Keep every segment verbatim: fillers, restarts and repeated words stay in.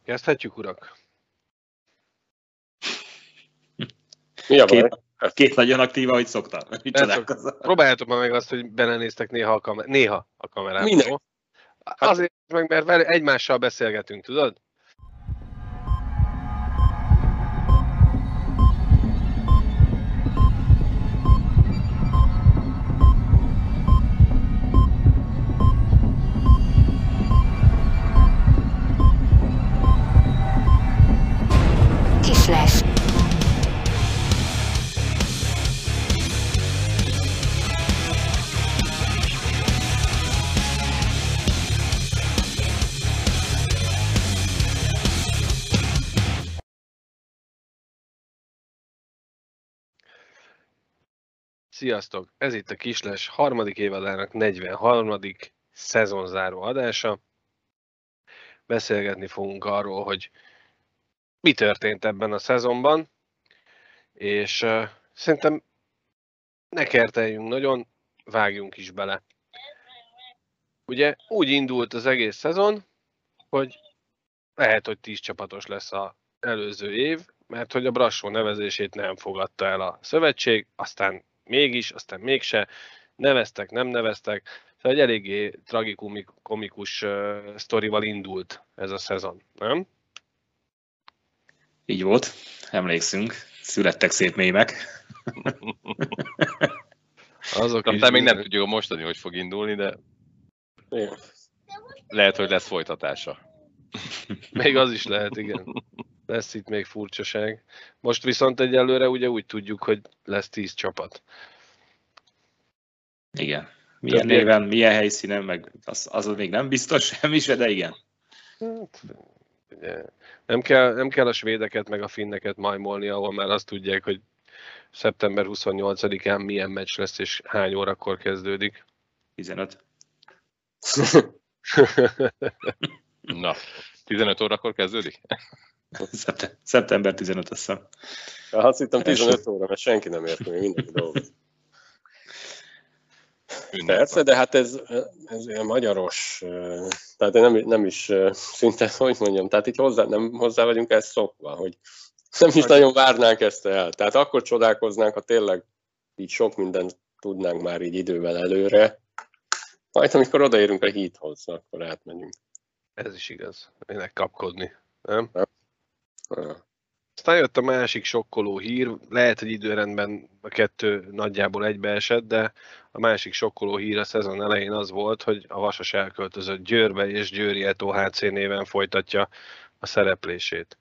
Kezdhetjük, urak? Mi a baj? Két, két nagyon aktíva, hogy szoktam. Próbáljátok már meg azt, hogy belenéztek néha a, kamer- néha a kamerába. Minek? Jó? Azért meg, mert vele egymással beszélgetünk, tudod? Kislás. Sziasztok! Ez itt a Kislás harmadik évadának negyvenharmadik szezonzáró adása. Beszélgetni fogunk arról, hogy mi történt ebben a szezonban, és uh, szerintem ne kerteljünk nagyon, vágjunk is bele. Ugye úgy indult az egész szezon, hogy lehet, hogy tíz csapatos lesz az előző év, mert hogy a Brassó nevezését nem fogadta el a szövetség, aztán mégis, aztán mégse, neveztek, nem neveztek, szóval egy eléggé tragikomikus uh, sztorival indult ez a szezon, nem? Így volt, emlékszünk, születtek szép mémek. Azok Aztán még nem tudjuk a mostani, hogy fog indulni, de Igen. Lehet, hogy lesz folytatása. Még az is lehet, igen. Lesz itt még furcsaság. Most viszont egyelőre ugye úgy tudjuk, hogy lesz tíz csapat. Igen. Milyen Több néven, milyen helyszínen, meg az, az még nem biztos semmi se, de igen. Hát, ugye, nem, kell, nem kell a svédeket meg a finneket majmolni, ahol már azt tudják, hogy szeptember huszonnyolcadikán milyen meccs lesz, és hány órakor kezdődik. tizenöt. Na, tizenöt órakor kezdődik? Szeptember tizenötödike, azt hiszem. Azt hittem tizenöt óra, mert senki nem ért még mindenki dolgozik. Persze, de hát ez, ez ilyen magyaros, tehát nem, nem is szinte, hogy mondjam, tehát így hozzá, nem hozzá vagyunk ezt szokva, hogy nem is nagyon várnánk ezt el. Tehát akkor csodálkoznánk, ha tényleg így sok mindent tudnánk már így idővel előre, majd amikor odaérünk a híthoz, akkor átmegyünk. Ez is igaz. Ének kapkodni, nem? Ja. Aztán jött a másik sokkoló hír, lehet, hogy időrendben a kettő nagyjából egybeesett, de a másik sokkoló hír a szezon elején az volt, hogy a Vasas elköltözött Győrbe, és Győri e té há cé néven folytatja a szereplését.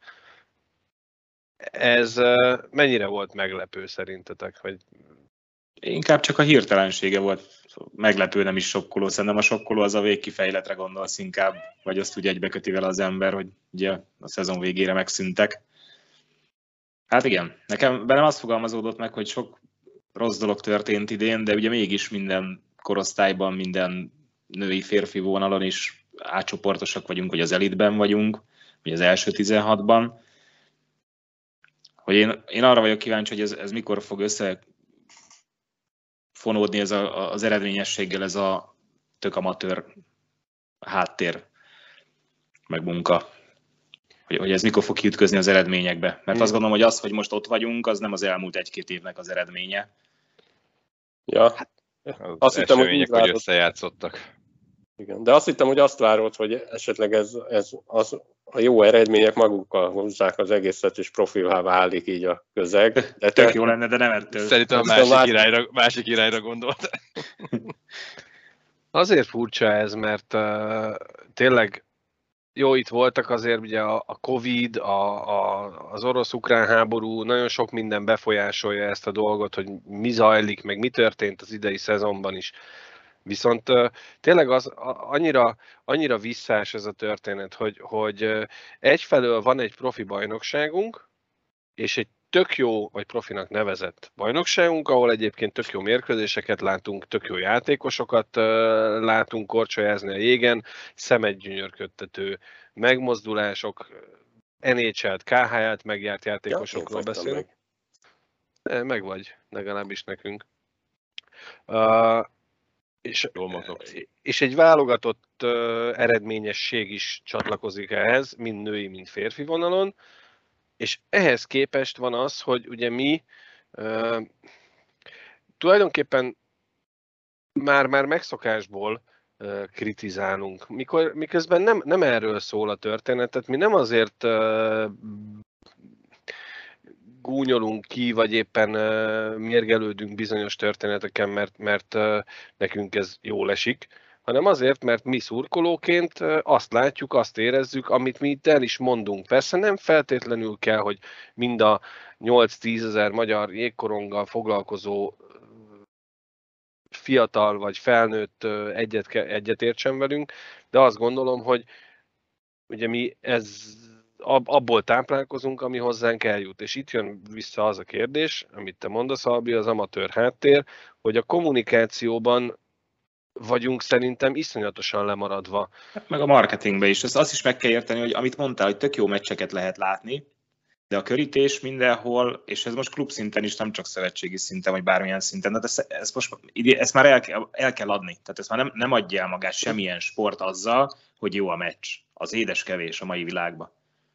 Ez mennyire volt meglepő szerintetek? Hogy... Inkább csak a hirtelensége volt meglepő, nem is sokkoló. Szerintem a sokkoló az a végkifejletre gondolsz inkább, vagy azt úgy egybeköti vele az ember, hogy ugye a szezon végére megszűntek. Hát igen, nekem bennem azt fogalmazódott meg, hogy sok rossz dolog történt idén, de ugye mégis minden korosztályban, minden női férfi vonalon is átcsoportosak vagyunk, hogy az elitben vagyunk, vagy az első tizenhatban. Hogy én, én arra vagyok kíváncsi, hogy ez, ez mikor fog összefonódni ez a, az eredményességgel, ez a tök amatőr háttér, meg munka. Hogy, hogy ez mikor fog kiütközni az eredményekbe. Mert azt gondolom, hogy az, hogy most ott vagyunk, az nem az elmúlt egy-két évnek az eredménye. Ja, hát, az azt hittem, hogy, hogy, hogy összejátszottak. Igen, de azt hittem, hogy azt várod, hogy esetleg ez, ez az, a jó eredmények magukkal hozzák az egészet, és profilhá válik így a közeg. De tök te... jó lenne, de nem ettől. Szerintem a másik, másik... Irányra, másik irányra gondolt. Azért furcsa ez, mert uh, tényleg jó, itt voltak azért ugye a, a Covid, a, a, az orosz-ukrán háború, nagyon sok minden befolyásolja ezt a dolgot, hogy mi zajlik, meg mi történt az idei szezonban is. Viszont uh, tényleg az a, annyira, annyira visszás ez a történet, hogy, hogy uh, egyfelől van egy profi bajnokságunk, és egy tök jó, vagy profinak nevezett bajnokságunk, ahol egyébként tök jó mérkőzéseket látunk, tök jó játékosokat uh, látunk korcsolyázni a jégen, szemet gyönyörködtető megmozdulások, en há el-t, ká há el-t megjárt játékosokról ja, beszélünk. Meg. meg vagy, legalábbis nekünk. Uh, És, és egy válogatott uh, eredményesség is csatlakozik ehhez, mind női, mind férfi vonalon, és ehhez képest van az, hogy ugye mi uh, tulajdonképpen már-már megszokásból uh, kritizálunk, mikor, miközben nem, nem erről szól a történet, tehát mi nem azért uh, gúnyolunk ki, vagy éppen uh, mérgelődünk bizonyos történeteken, mert, mert uh, nekünk ez jól esik, hanem azért, mert mi szurkolóként uh, azt látjuk, azt érezzük, amit mi itt el is mondunk. Persze nem feltétlenül kell, hogy mind a nyolc-tízezer magyar jégkoronggal foglalkozó fiatal vagy felnőtt uh, egyet, egyet értsen velünk, de azt gondolom, hogy ugye mi ez abból táplálkozunk, ami hozzánk eljut. És itt jön vissza az a kérdés, amit te mondasz, Albi, az amatőr háttér, hogy a kommunikációban vagyunk szerintem iszonyatosan lemaradva. Meg a marketingben is. Azt is meg kell érteni, hogy amit mondtál, hogy tök jó meccseket lehet látni, de a körítés mindenhol, és ez most klubszinten is, nem csak szövetségi szinten, vagy bármilyen szinten, de ezt, ezt, most, ezt már el kell, el kell adni. Tehát ezt már nem, nem adja el magát semmilyen sport azzal, hogy jó a meccs. Az édes kevés a mai világban.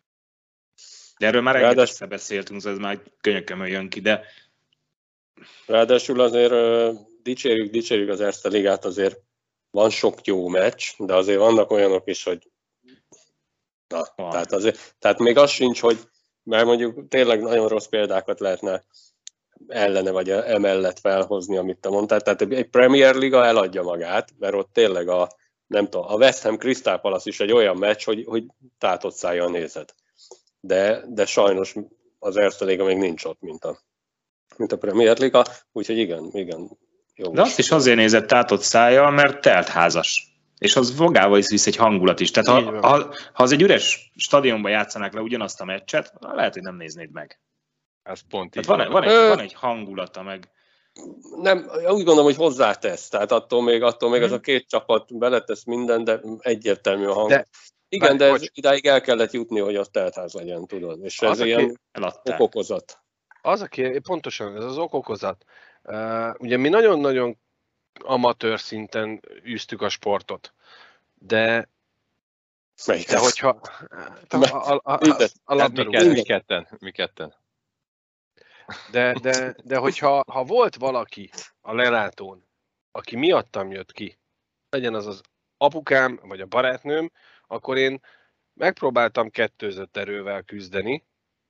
De erről már rengetegszer beszéltünk, ez már könyökömön jön ki, de... Ráadásul azért uh, dicsérjük, dicsérjük az Erste Ligát, azért van sok jó meccs, de azért vannak olyanok is, hogy... Na, tehát, azért, tehát még az sincs, hogy mert mondjuk tényleg nagyon rossz példákat lehetne ellene vagy emellett felhozni, amit te mondtál. Tehát egy Premier Liga eladja magát, mert ott tényleg a, nem tudom, a West Ham Crystal Palace is egy olyan meccs, hogy, hogy tátott szájjal nézed. De, de sajnos az Erste Liga még nincs ott, mint a, mint a Premier Liga, úgyhogy igen, igen. Jó. De azt is azért nézett tátott szájjal, mert teltházas. És az magával is visz egy hangulat is. Tehát ha, ha, ha az egy üres stadionban játszanák le ugyanazt a meccset, lehet, hogy nem néznéd meg. Ez pont így. Van, van, egy, van egy hangulata meg. Nem, úgy gondolom, hogy hozzátesz. Tehát attól még, attól még hmm. az a két csapat beletesz minden, de egyértelmű a hang. De, igen, de ez idáig el kellett jutni, hogy az teltház legyen, tudod. És ez ilyen okokozat. Az, aki pontosan, ez az okokozat. Uh, ugye mi nagyon-nagyon amatőr szinten űztük a sportot, de, de hogyha a, a, a, a, a labdarúgás, mi ketten, mi ketten. De, de, de hogyha ha volt valaki a lelátón, aki miattam jött ki, legyen az az apukám vagy a barátnőm, akkor én megpróbáltam kettőzött erővel küzdeni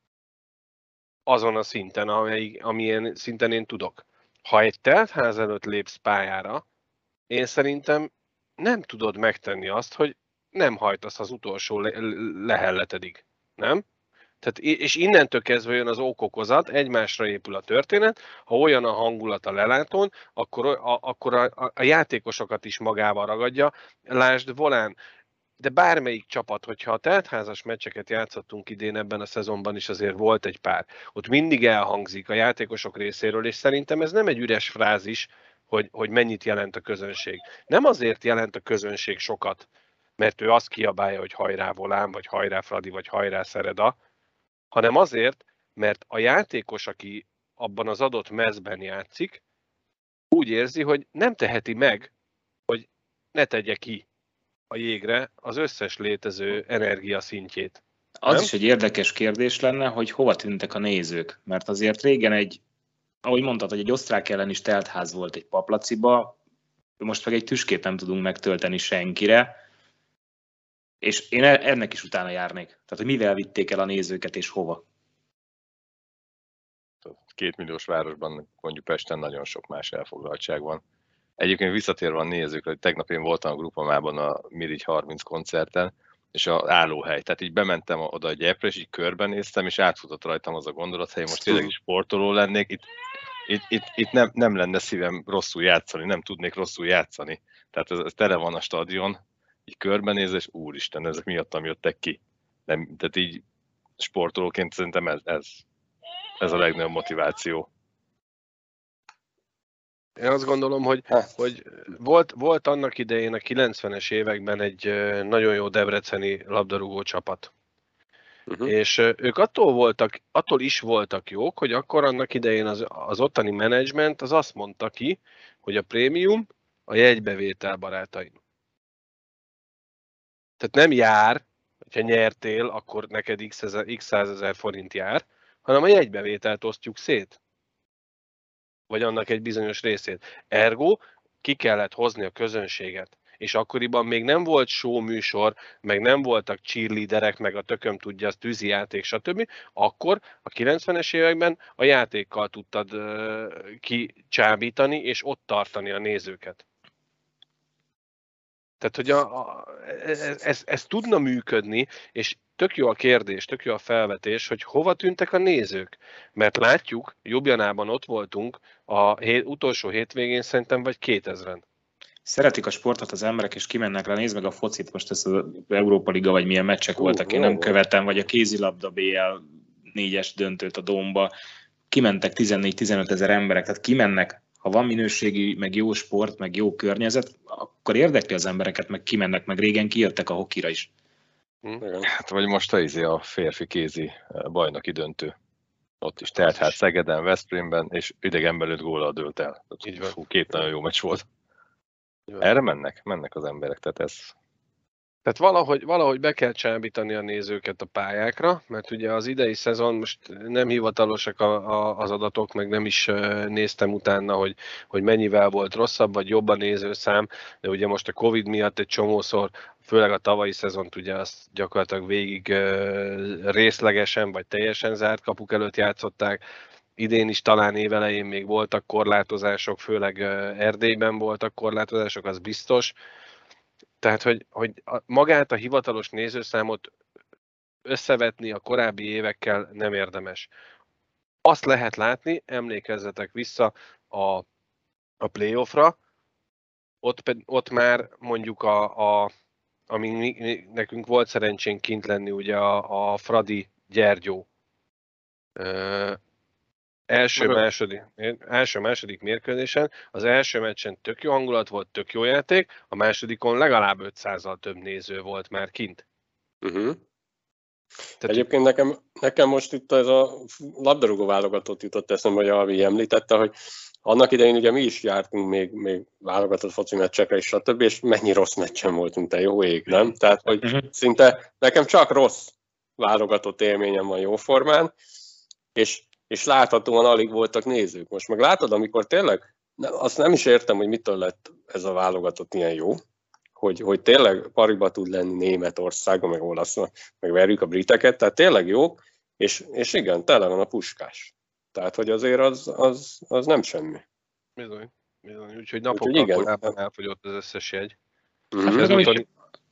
azon a szinten, amely, amilyen szinten én tudok. Ha egy teltház előtt lépsz pályára, én szerintem nem tudod megtenni azt, hogy nem hajtasz az utolsó le- lehelletedig, nem? Tehát, és innentől kezdve jön az okokozat, egymásra épül a történet, ha olyan a hangulat a lelátón, akkor, a, akkor a, a játékosokat is magával ragadja. Lásd Volán, de bármelyik csapat, hogyha a teltházas meccseket játszottunk idén ebben a szezonban is, azért volt egy pár. Ott mindig elhangzik a játékosok részéről, és szerintem ez nem egy üres frázis, hogy, hogy mennyit jelent a közönség. Nem azért jelent a közönség sokat, mert ő azt kiabálja, hogy hajrá Volán, vagy hajrá Fradi, vagy hajrá Szereda, hanem azért, mert a játékos, aki abban az adott mezben játszik, úgy érzi, hogy nem teheti meg, hogy ne tegye ki a jégre az összes létező energia szintjét. Az nem? Is egy érdekes kérdés lenne, hogy hova tűntek a nézők. Mert azért régen egy, ahogy mondtad, hogy egy osztrák ellen is teltház volt egy Paplaciba, most meg egy tüskét nem tudunk megtölteni senkire, és én ennek is utána járnék. Tehát, hogy mivel vitték el a nézőket, és hova? Két milliós városban, mondjuk Pesten nagyon sok más elfoglaltság van. Egyébként visszatérve a nézőkre, hogy tegnap én voltam a Grupamában a Mirigy harminc koncerten, és az állóhely. Tehát így bementem oda a gyepre, és így körbenéztem, és átfutott rajtam az a gondolat, hogy most tényleg is sportoló lennék, itt, itt, itt, itt nem, nem lenne szívem rosszul játszani, nem tudnék rosszul játszani. Tehát ez, ez tele van a stadion, így körbenéz, és úristen, ezek miattam jöttek ki. Nem, tehát így sportolóként szerintem ez, ez, ez a legnagyobb motiváció. Én azt gondolom, hogy, hogy volt, volt annak idején a kilencvenes években egy nagyon jó debreceni labdarúgó csapat. Uh-huh. És ők attól, voltak, attól is voltak jók, hogy akkor annak idején az, az ottani menedzsment az azt mondta ki, hogy a prémium a jegybevétel, barátaim. Tehát nem jár, hogyha nyertél, akkor neked x, ezer, x százezer forint jár, hanem a jegybevételt osztjuk szét. Vagy annak egy bizonyos részét. Ergo ki kellett hozni a közönséget. És akkoriban még nem volt show műsor, meg nem voltak cheerleaderek, meg a tököm tudja, az tűzijáték, stb. Akkor a kilencvenes években a játékkal tudtad uh, kicsábítani, és ott tartani a nézőket. Tehát, hogy a, a, ez, ez, ez tudna működni, és tök jó a kérdés, tök jó a felvetés, hogy hova tűntek a nézők. Mert látjuk, Ljubljanában ott voltunk a hét, utolsó hétvégén szerintem vagy kétezren. Szeretik a sportot az emberek, és kimennek rá, nézd meg a focit, most ez az Európa Liga, vagy milyen meccsek uh, voltak, én nem volt. Követem, vagy a kézilabda bé el négyes döntőt a Dómba, kimentek tizennégy-tizenöt ezer emberek, tehát kimennek, ha van minőségi, meg jó sport, meg jó környezet, akkor érdekli az embereket, meg kimennek, meg régen kijöttek a hokira is. Hmm. Hát vagy most a, izé a férfi kézi bajnoki döntő. Ott is telt hát Szegeden, Veszprémben, és idegenben öt góllal dőlt el. Fú, két nagyon jó meccs volt. Erre mennek, mennek az emberek, tehát ez... Tehát valahogy, valahogy be kell csábítani a nézőket a pályákra, mert ugye az idei szezon, most nem hivatalosak a, a, az adatok, meg nem is néztem utána, hogy, hogy mennyivel volt rosszabb, vagy jobb a nézőszám, de ugye most a Covid miatt egy csomószor, főleg a tavalyi szezont ugye azt gyakorlatilag végig részlegesen, vagy teljesen zárt kapuk előtt játszották. Idén is talán évelején még voltak korlátozások, főleg Erdélyben voltak korlátozások, az biztos. Tehát, hogy, hogy magát a hivatalos nézőszámot összevetni a korábbi évekkel nem érdemes. Azt lehet látni, emlékezzetek vissza a, a playoffra, ott, ott már mondjuk a, a ami nekünk volt szerencsénk kint lenni, ugye a, a Fradi Gyergyó. Első, második, első, második mérkőzésen, az első meccsen tök jó hangulat volt, tök jó játék, a másodikon legalább ötszázzal több néző volt már kint. Uh-huh. Tehát egyébként nekem, nekem most itt ez a labdarúgó válogatott jutott eszembe, hogy Alvi említette, hogy annak idején ugye mi is jártunk még, még válogatott foci meccsekre és stb., és mennyi rossz meccsen voltunk, te jó ég, nem? Tehát, hogy uh-huh. szinte nekem csak rossz válogatott élményem van jóformán, és és láthatóan alig voltak nézők. Most meg látod, amikor tényleg, azt nem is értem, hogy mitől lett ez a válogatott ilyen jó, hogy, hogy tényleg pariba tud lenni Németországban, meg Olaszban, meg verjük a briteket, tehát tényleg jó, és, és igen, tele van a puskás. Tehát, hogy azért az, az, az nem semmi. Bizony, bizony. Úgyhogy napokkal Úgy, korábban elfogyott az összes jegy. Mm-hmm. Hát ezúton,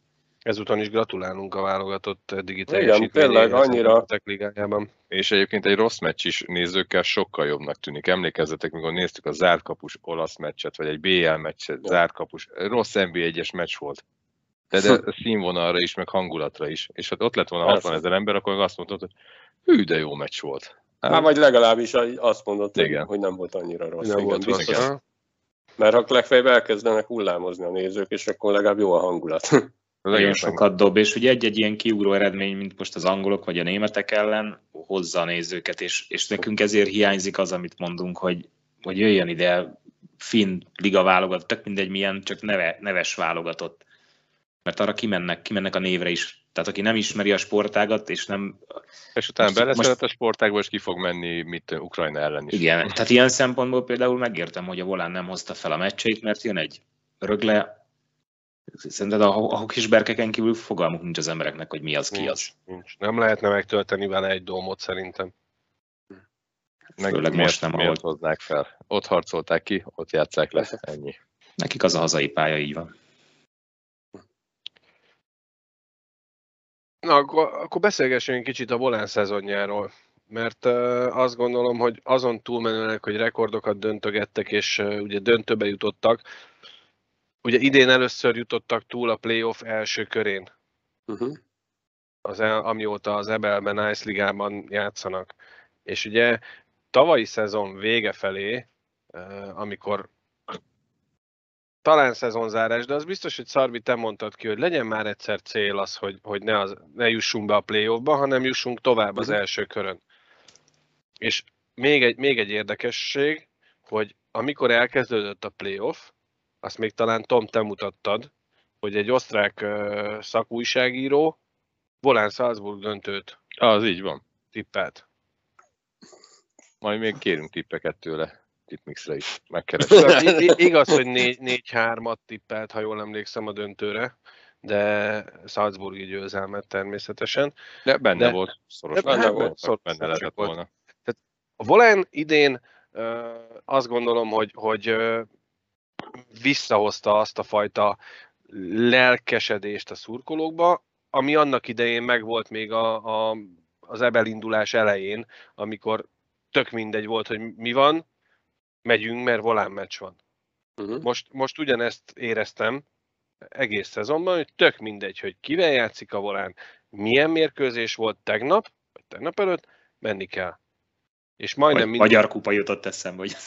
ezúton is gratulálunk a válogatott eddigi teljesítményéhez annyira a ligájában. És egyébként egy rossz meccs is nézőkkel sokkal jobbnak tűnik. Emlékezzetek, mikor néztük a zártkapus olasz meccset, vagy egy bé el meccset, zártkapus, rossz en bé egyes meccs volt. De, de színvonalra is, meg hangulatra is. És hát ott lett volna hatvanezer ember, akkor azt mondtad, hogy hű, de jó meccs volt. Hát, hát vagy legalábbis azt mondod, hogy, hogy nem volt annyira rossz. Nem igen, volt biztos. Rossz. Mert ha legfeljebb elkezdenek hullámozni a nézők, és akkor legalább jó a hangulat. Nagyon sokat dob, és ugye egy-egy ilyen kiugró eredmény, mint most az angolok vagy a németek ellen, hozza a nézőket, és, és nekünk ezért hiányzik az, amit mondunk, hogy, hogy jöjjön ide finn liga válogatott, tök mindegy milyen, csak neve, neves válogatott. Mert arra kimennek, kimennek a névre is. Tehát aki nem ismeri a sportágat, és nem... És utána beleszeret most... a sportágba, és ki fog menni mit Ukrajna ellen is. Igen, tehát ilyen szempontból például megértem, hogy a Volán nem hozta fel a meccseit, mert jön egy Rögle. Szerinted a hokisberkeken kívül fogalmuk nincs az embereknek, hogy mi az, ki az. Nincs. Nem lehetne megtölteni vele egy dómot szerintem. Meg Főleg miért, most nem, miért ahol... hoznák fel. Ott harcolták ki, ott játsszák le, ennyi. Nekik az a hazai pálya, így van. Na, akkor, akkor beszélgessünk kicsit a Volán szezonjáról. Mert uh, azt gondolom, hogy azon túlmenőleg, hogy rekordokat döntögettek, és uh, ugye döntőbe jutottak, ugye idén először jutottak túl a playoff első körén, uh-huh. az, amióta az é bé el-ben, Ice Ligában játszanak. És ugye tavalyi szezon vége felé, amikor talán szezonzárás, de az biztos, hogy Szarvi, te mondtad ki, hogy legyen már egyszer cél az, hogy, hogy ne, az, ne jussunk be a playoffba, hanem jussunk tovább uh-huh. az első körön. És még egy, még egy érdekesség, hogy amikor elkezdődött a playoff, azt még talán Tom, te mutattad, hogy egy osztrák uh, szakújságíró Volán Salzburg döntőt Az így van. tippelt. Majd még kérünk tippeket tőle. Tipmixre is megkeresem. I- I- igaz, hogy négy hármat tippelt, ha jól emlékszem a döntőre, de Salzburgi győzelmet természetesen. De benne De- volt, szoros de benne benne volt, volt, szoros benne volt. lehetett volna. A Volán idén uh, azt gondolom, hogy, hogy uh, visszahozta azt a fajta lelkesedést a szurkolókba, ami annak idején megvolt még a, a, az ebelindulás elején, amikor tök mindegy volt, hogy mi van, megyünk, mert Volán meccs van. Uh-huh. Most, most ugyanezt éreztem egész szezonban, hogy tök mindegy, hogy kivel játszik a Volán, milyen mérkőzés volt tegnap, vagy tegnap előtt, menni kell. És majdnem Vagy mindig... Magyar kupa jutott eszembe, hogy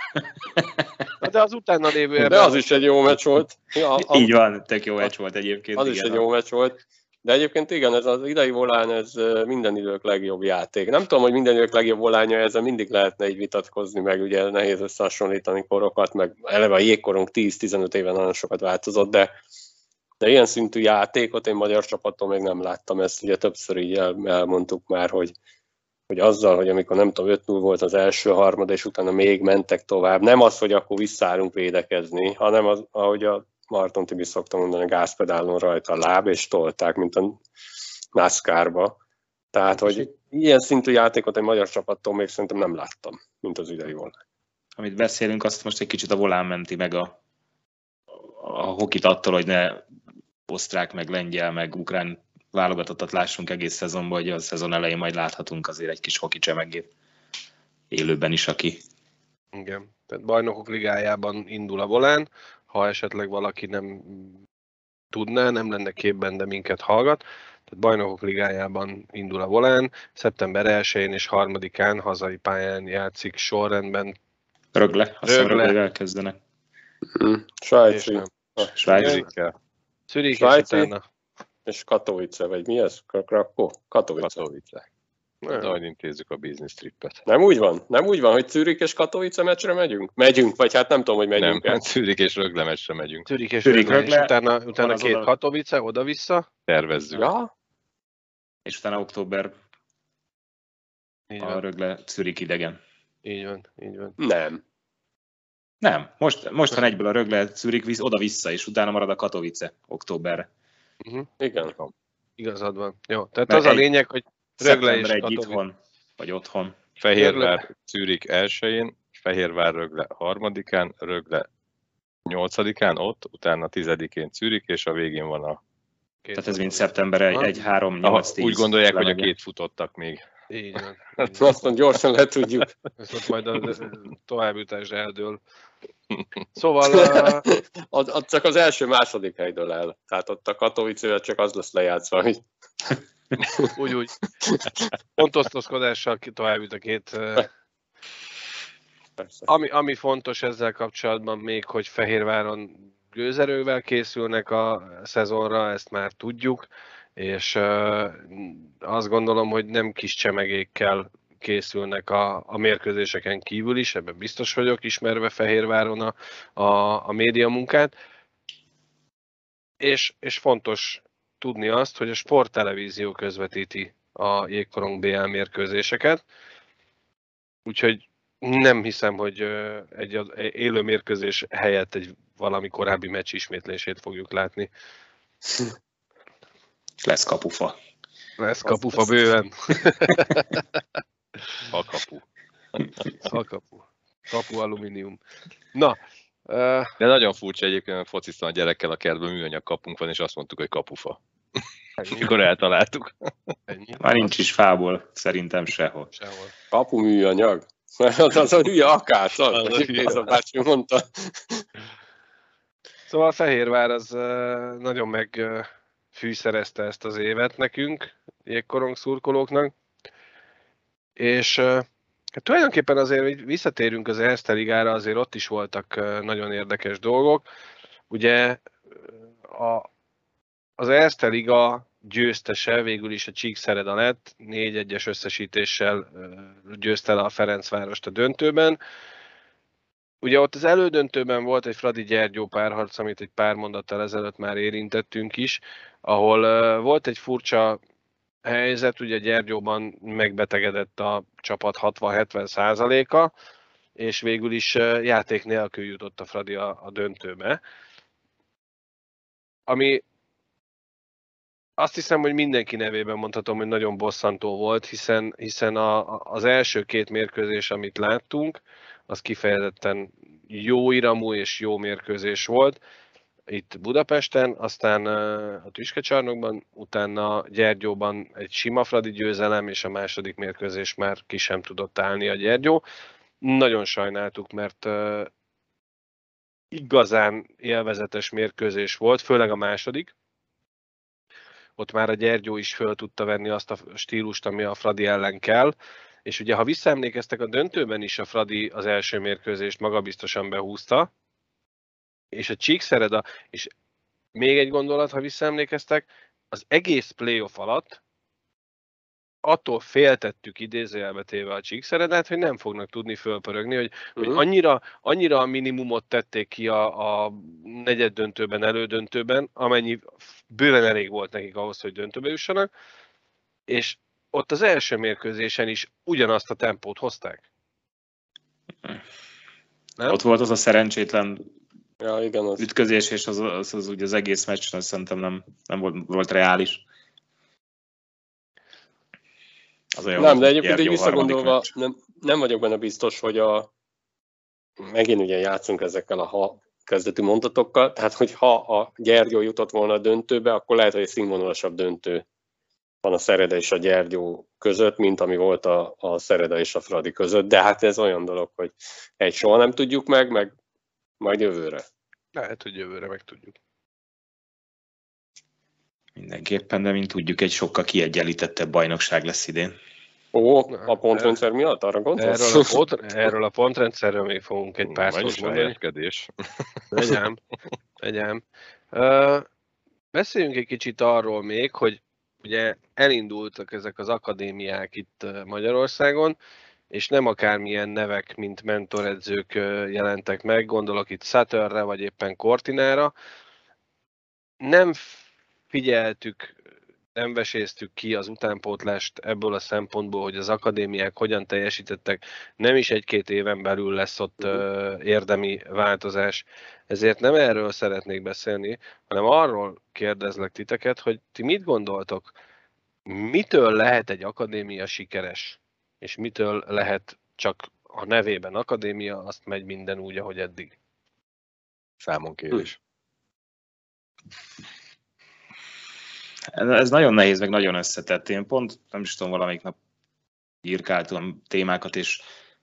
Na, de az utána lévő De ebben... az is egy jó meccs volt. Ja, a, így van, tök jó meccs volt egyébként. az igen, is egy jó meccs volt. De egyébként igen, ez az idei Volán, ez minden idők legjobb játék. Nem tudom, hogy minden idők legjobb Volánja, ezzel mindig lehetne így vitatkozni, meg ugye nehéz összehasonlítani korokat, meg eleve a jégkorunk tíz-tizenöt éven nagyon sokat változott, de, de ilyen szintű játékot én magyar csapattól még nem láttam, ezt ugye többször így el, elmondtuk már, hogy, hogy azzal, hogy amikor nem tudom, öt null volt az első harmad, és utána még mentek tovább, nem az, hogy akkor visszaállunk védekezni, hanem az, ahogy a Marton Tibi szokta mondani, a gázpedálon rajta a láb, és tolták, mint a NASCAR-ba. Tehát, hogy ilyen szintű játékot egy magyar csapattól még szerintem nem láttam, mint az idei volt. Amit beszélünk, azt most egy kicsit a Volán menti meg a, a hokit attól, hogy ne osztrák, meg lengyel, meg ukrán válogatottat lássunk egész szezonban, hogy a szezon elején majd láthatunk azért egy kis hoki csemegét élőben is, aki... Igen, tehát bajnokok ligájában indul a Volán, ha esetleg valaki nem tudná, nem lenne képben, de minket hallgat. Tehát bajnokok ligájában indul a Volán, szeptember elsején és harmadikán hazai pályán játszik sorrendben. Rögle, azt hiszem Rögle. Rögle elkezdenek. Mm. Svájci. És nem. Svájci. Zürikkel. Zürich és Svájci. utána. És Katowice, vagy mi ez? Krakow? Katowice. Katowice. Nem. Majd intézzük a business trippet. Nem úgy van? Nem úgy van, hogy Zürich és Katowice meccsre megyünk? Megyünk, vagy hát nem tudom, hogy Nem, megyünk-e. hát Zürich és Rögle meccsre megyünk. Zürich és Zürich, Rögle, és Rögle, utána, van utána az két oda- Katowice, oda-vissza. Tervezzük. Ja? És utána október Így a van, Rögle Zürich idegen. így van, így van. Nem. Nem, most, most van egyből a Rögle Zürich visz, oda-vissza, és utána marad a Katowice októberre. Uh-huh. Igen. Igazad van. Jó, tehát Mert az a egy- lényeg, hogy Rögle és Szeptember egy Katowice. itthon, vagy otthon. Fehérvár Zürich elsején, Fehérvár Rögle harmadikán, Rögle nyolcadikán ott, utána tizedikén Zürich, és a végén van a... Két Tehát ez mint Katowice. szeptember egy, Aha. egy három, Aha, nyolc, tíz. úgy gondolják, hogy a lemegye. két futottak még. Így van. Hát Így van. azt mondom, gyorsan le tudjuk. Ez ott majd a továbbjutás eldől. Szóval uh, Az, az csak az első-második helydől el. Tehát ott a Katowice csak az lesz lejátszva, hogy úgy, úgy pontosztozkodással tovább jut a két. Uh, persze. ami, ami fontos ezzel kapcsolatban még, hogy Fehérváron gőzerővel készülnek a szezonra, ezt már tudjuk, és uh, azt gondolom, hogy nem kis csemegékkel készülnek a, a mérkőzéseken kívül is, ebben biztos vagyok, ismerve Fehérváron a, a, a média munkát. És, és fontos tudni azt, hogy a sporttelevízió közvetíti a Jégkorong bé el mérkőzéseket, úgyhogy nem hiszem, hogy ö, egy az- élő mérkőzés helyett egy valami korábbi meccs ismétlését fogjuk látni. Lesz kapufa. Lesz kapufa bőven. A kapu. Kapu. Kapu alumínium. Na, ö, De nagyon furcsa egyébként, hogy fociztam a gyerekkel a kertben, műanyag kapunk van, és azt mondtuk, hogy kapufa. ennyi. Mikor eltaláltuk. ennyi. Már nincs is fából, szerintem sehol. Sehol. Kapu műanyag. Az, az a hülye akác, az, Az a hogy hülye. Géza bácsi mondta. Szóval Fehérvár az ö, nagyon megfűszerezte ezt az évet nekünk, jégkorong szurkolóknak, és ö, hát tulajdonképpen azért hogy visszatérünk az Erste Ligára, azért ott is voltak ö, nagyon érdekes dolgok. Ugye ö, a, az Erste Liga győztese végül is a Csíkszereda lett, négy egyes összesítéssel ö, győzte le a Ferencvárost a döntőben. Ugye ott az elődöntőben volt egy Fradi-Gyergyó párharc, amit egy pár mondattal ezelőtt már érintettünk is, ahol uh, volt egy furcsa helyzet, ugye Gyergyóban megbetegedett a csapat hatvan-hetven százaléka, és végül is uh, játék nélkül jutott a Fradi a, a döntőbe. Ami azt hiszem, hogy mindenki nevében mondhatom, hogy nagyon bosszantó volt, hiszen, hiszen a, az első két mérkőzés, amit láttunk, az kifejezetten jó iramú és jó mérkőzés volt. Itt Budapesten, aztán a Tüskecsarnokban, utána Gyergyóban egy sima Fradi győzelem, és a második mérkőzés már ki sem tudott állni a Gyergyó. Nagyon sajnáltuk, mert igazán élvezetes mérkőzés volt, főleg a második. Ott már a Gyergyó is föl tudta venni azt a stílust, ami a Fradi ellen kell. És ugye, ha visszaemlékeztek, a döntőben is a Fradi az első mérkőzést magabiztosan behúzta, és a Csíkszereda, és még egy gondolat, ha visszaemlékeztek, az egész playoff alatt attól féltettük idézőjelbe téve a Csíkszeredát, hogy nem fognak tudni fölpörögni, hogy, uh-huh. hogy annyira, annyira a minimumot tették ki a, a negyed döntőben, elődöntőben, amennyi bőven elég volt nekik ahhoz, hogy döntőbe jussanak, és ott az első mérkőzésen is ugyanazt a tempót hozták. Nem? Ott volt az a szerencsétlen ja, igen, az... ütközés, és az, az, az, az, az egész meccs, az szerintem nem, nem volt, volt reális. Az nem, de egyébként így visszagondolva nem, nem vagyok benne biztos, hogy a megint ugye játszunk ezekkel a ha kezdetű mondatokkal, tehát hogy ha a Gyergyó jutott volna a döntőbe, akkor lehet, hogy egy színvonalasabb döntő van a Szereda és a Gyergyó között, mint ami volt a, a Szereda és a Fradi között, de hát ez olyan dolog, hogy egy soha nem tudjuk meg, meg majd jövőre. Lehet, hogy jövőre meg tudjuk. Mindenképpen, de mint tudjuk, egy sokkal kiegyenlítettebb bajnokság lesz idén. Ó, a pontrendszer miatt? Arra gondolsz? Erről a, pont, erről a pontrendszerről még fogunk egy pár szót mondani. Egyám, egyám. Uh, beszéljünk egy kicsit arról még, hogy ugye elindultak ezek az akadémiák itt Magyarországon, és nem akármilyen nevek, mint mentoredzők jelentek meg, gondolok itt Satterre, vagy éppen Cortinára. Nem figyeltük, nem veséztük ki az utánpótlást ebből a szempontból, hogy az akadémiák hogyan teljesítettek, nem is egy-két éven belül lesz ott uh, érdemi változás. Ezért nem erről szeretnék beszélni, hanem arról kérdezlek titeket, hogy ti mit gondoltok, mitől lehet egy akadémia sikeres, és mitől lehet csak a nevében akadémia, azt megy minden úgy, ahogy eddig. Számon kérés. Ez nagyon nehéz, meg nagyon összetett. Én pont, nem is tudom, valamelyik nap írkáltam témákat, és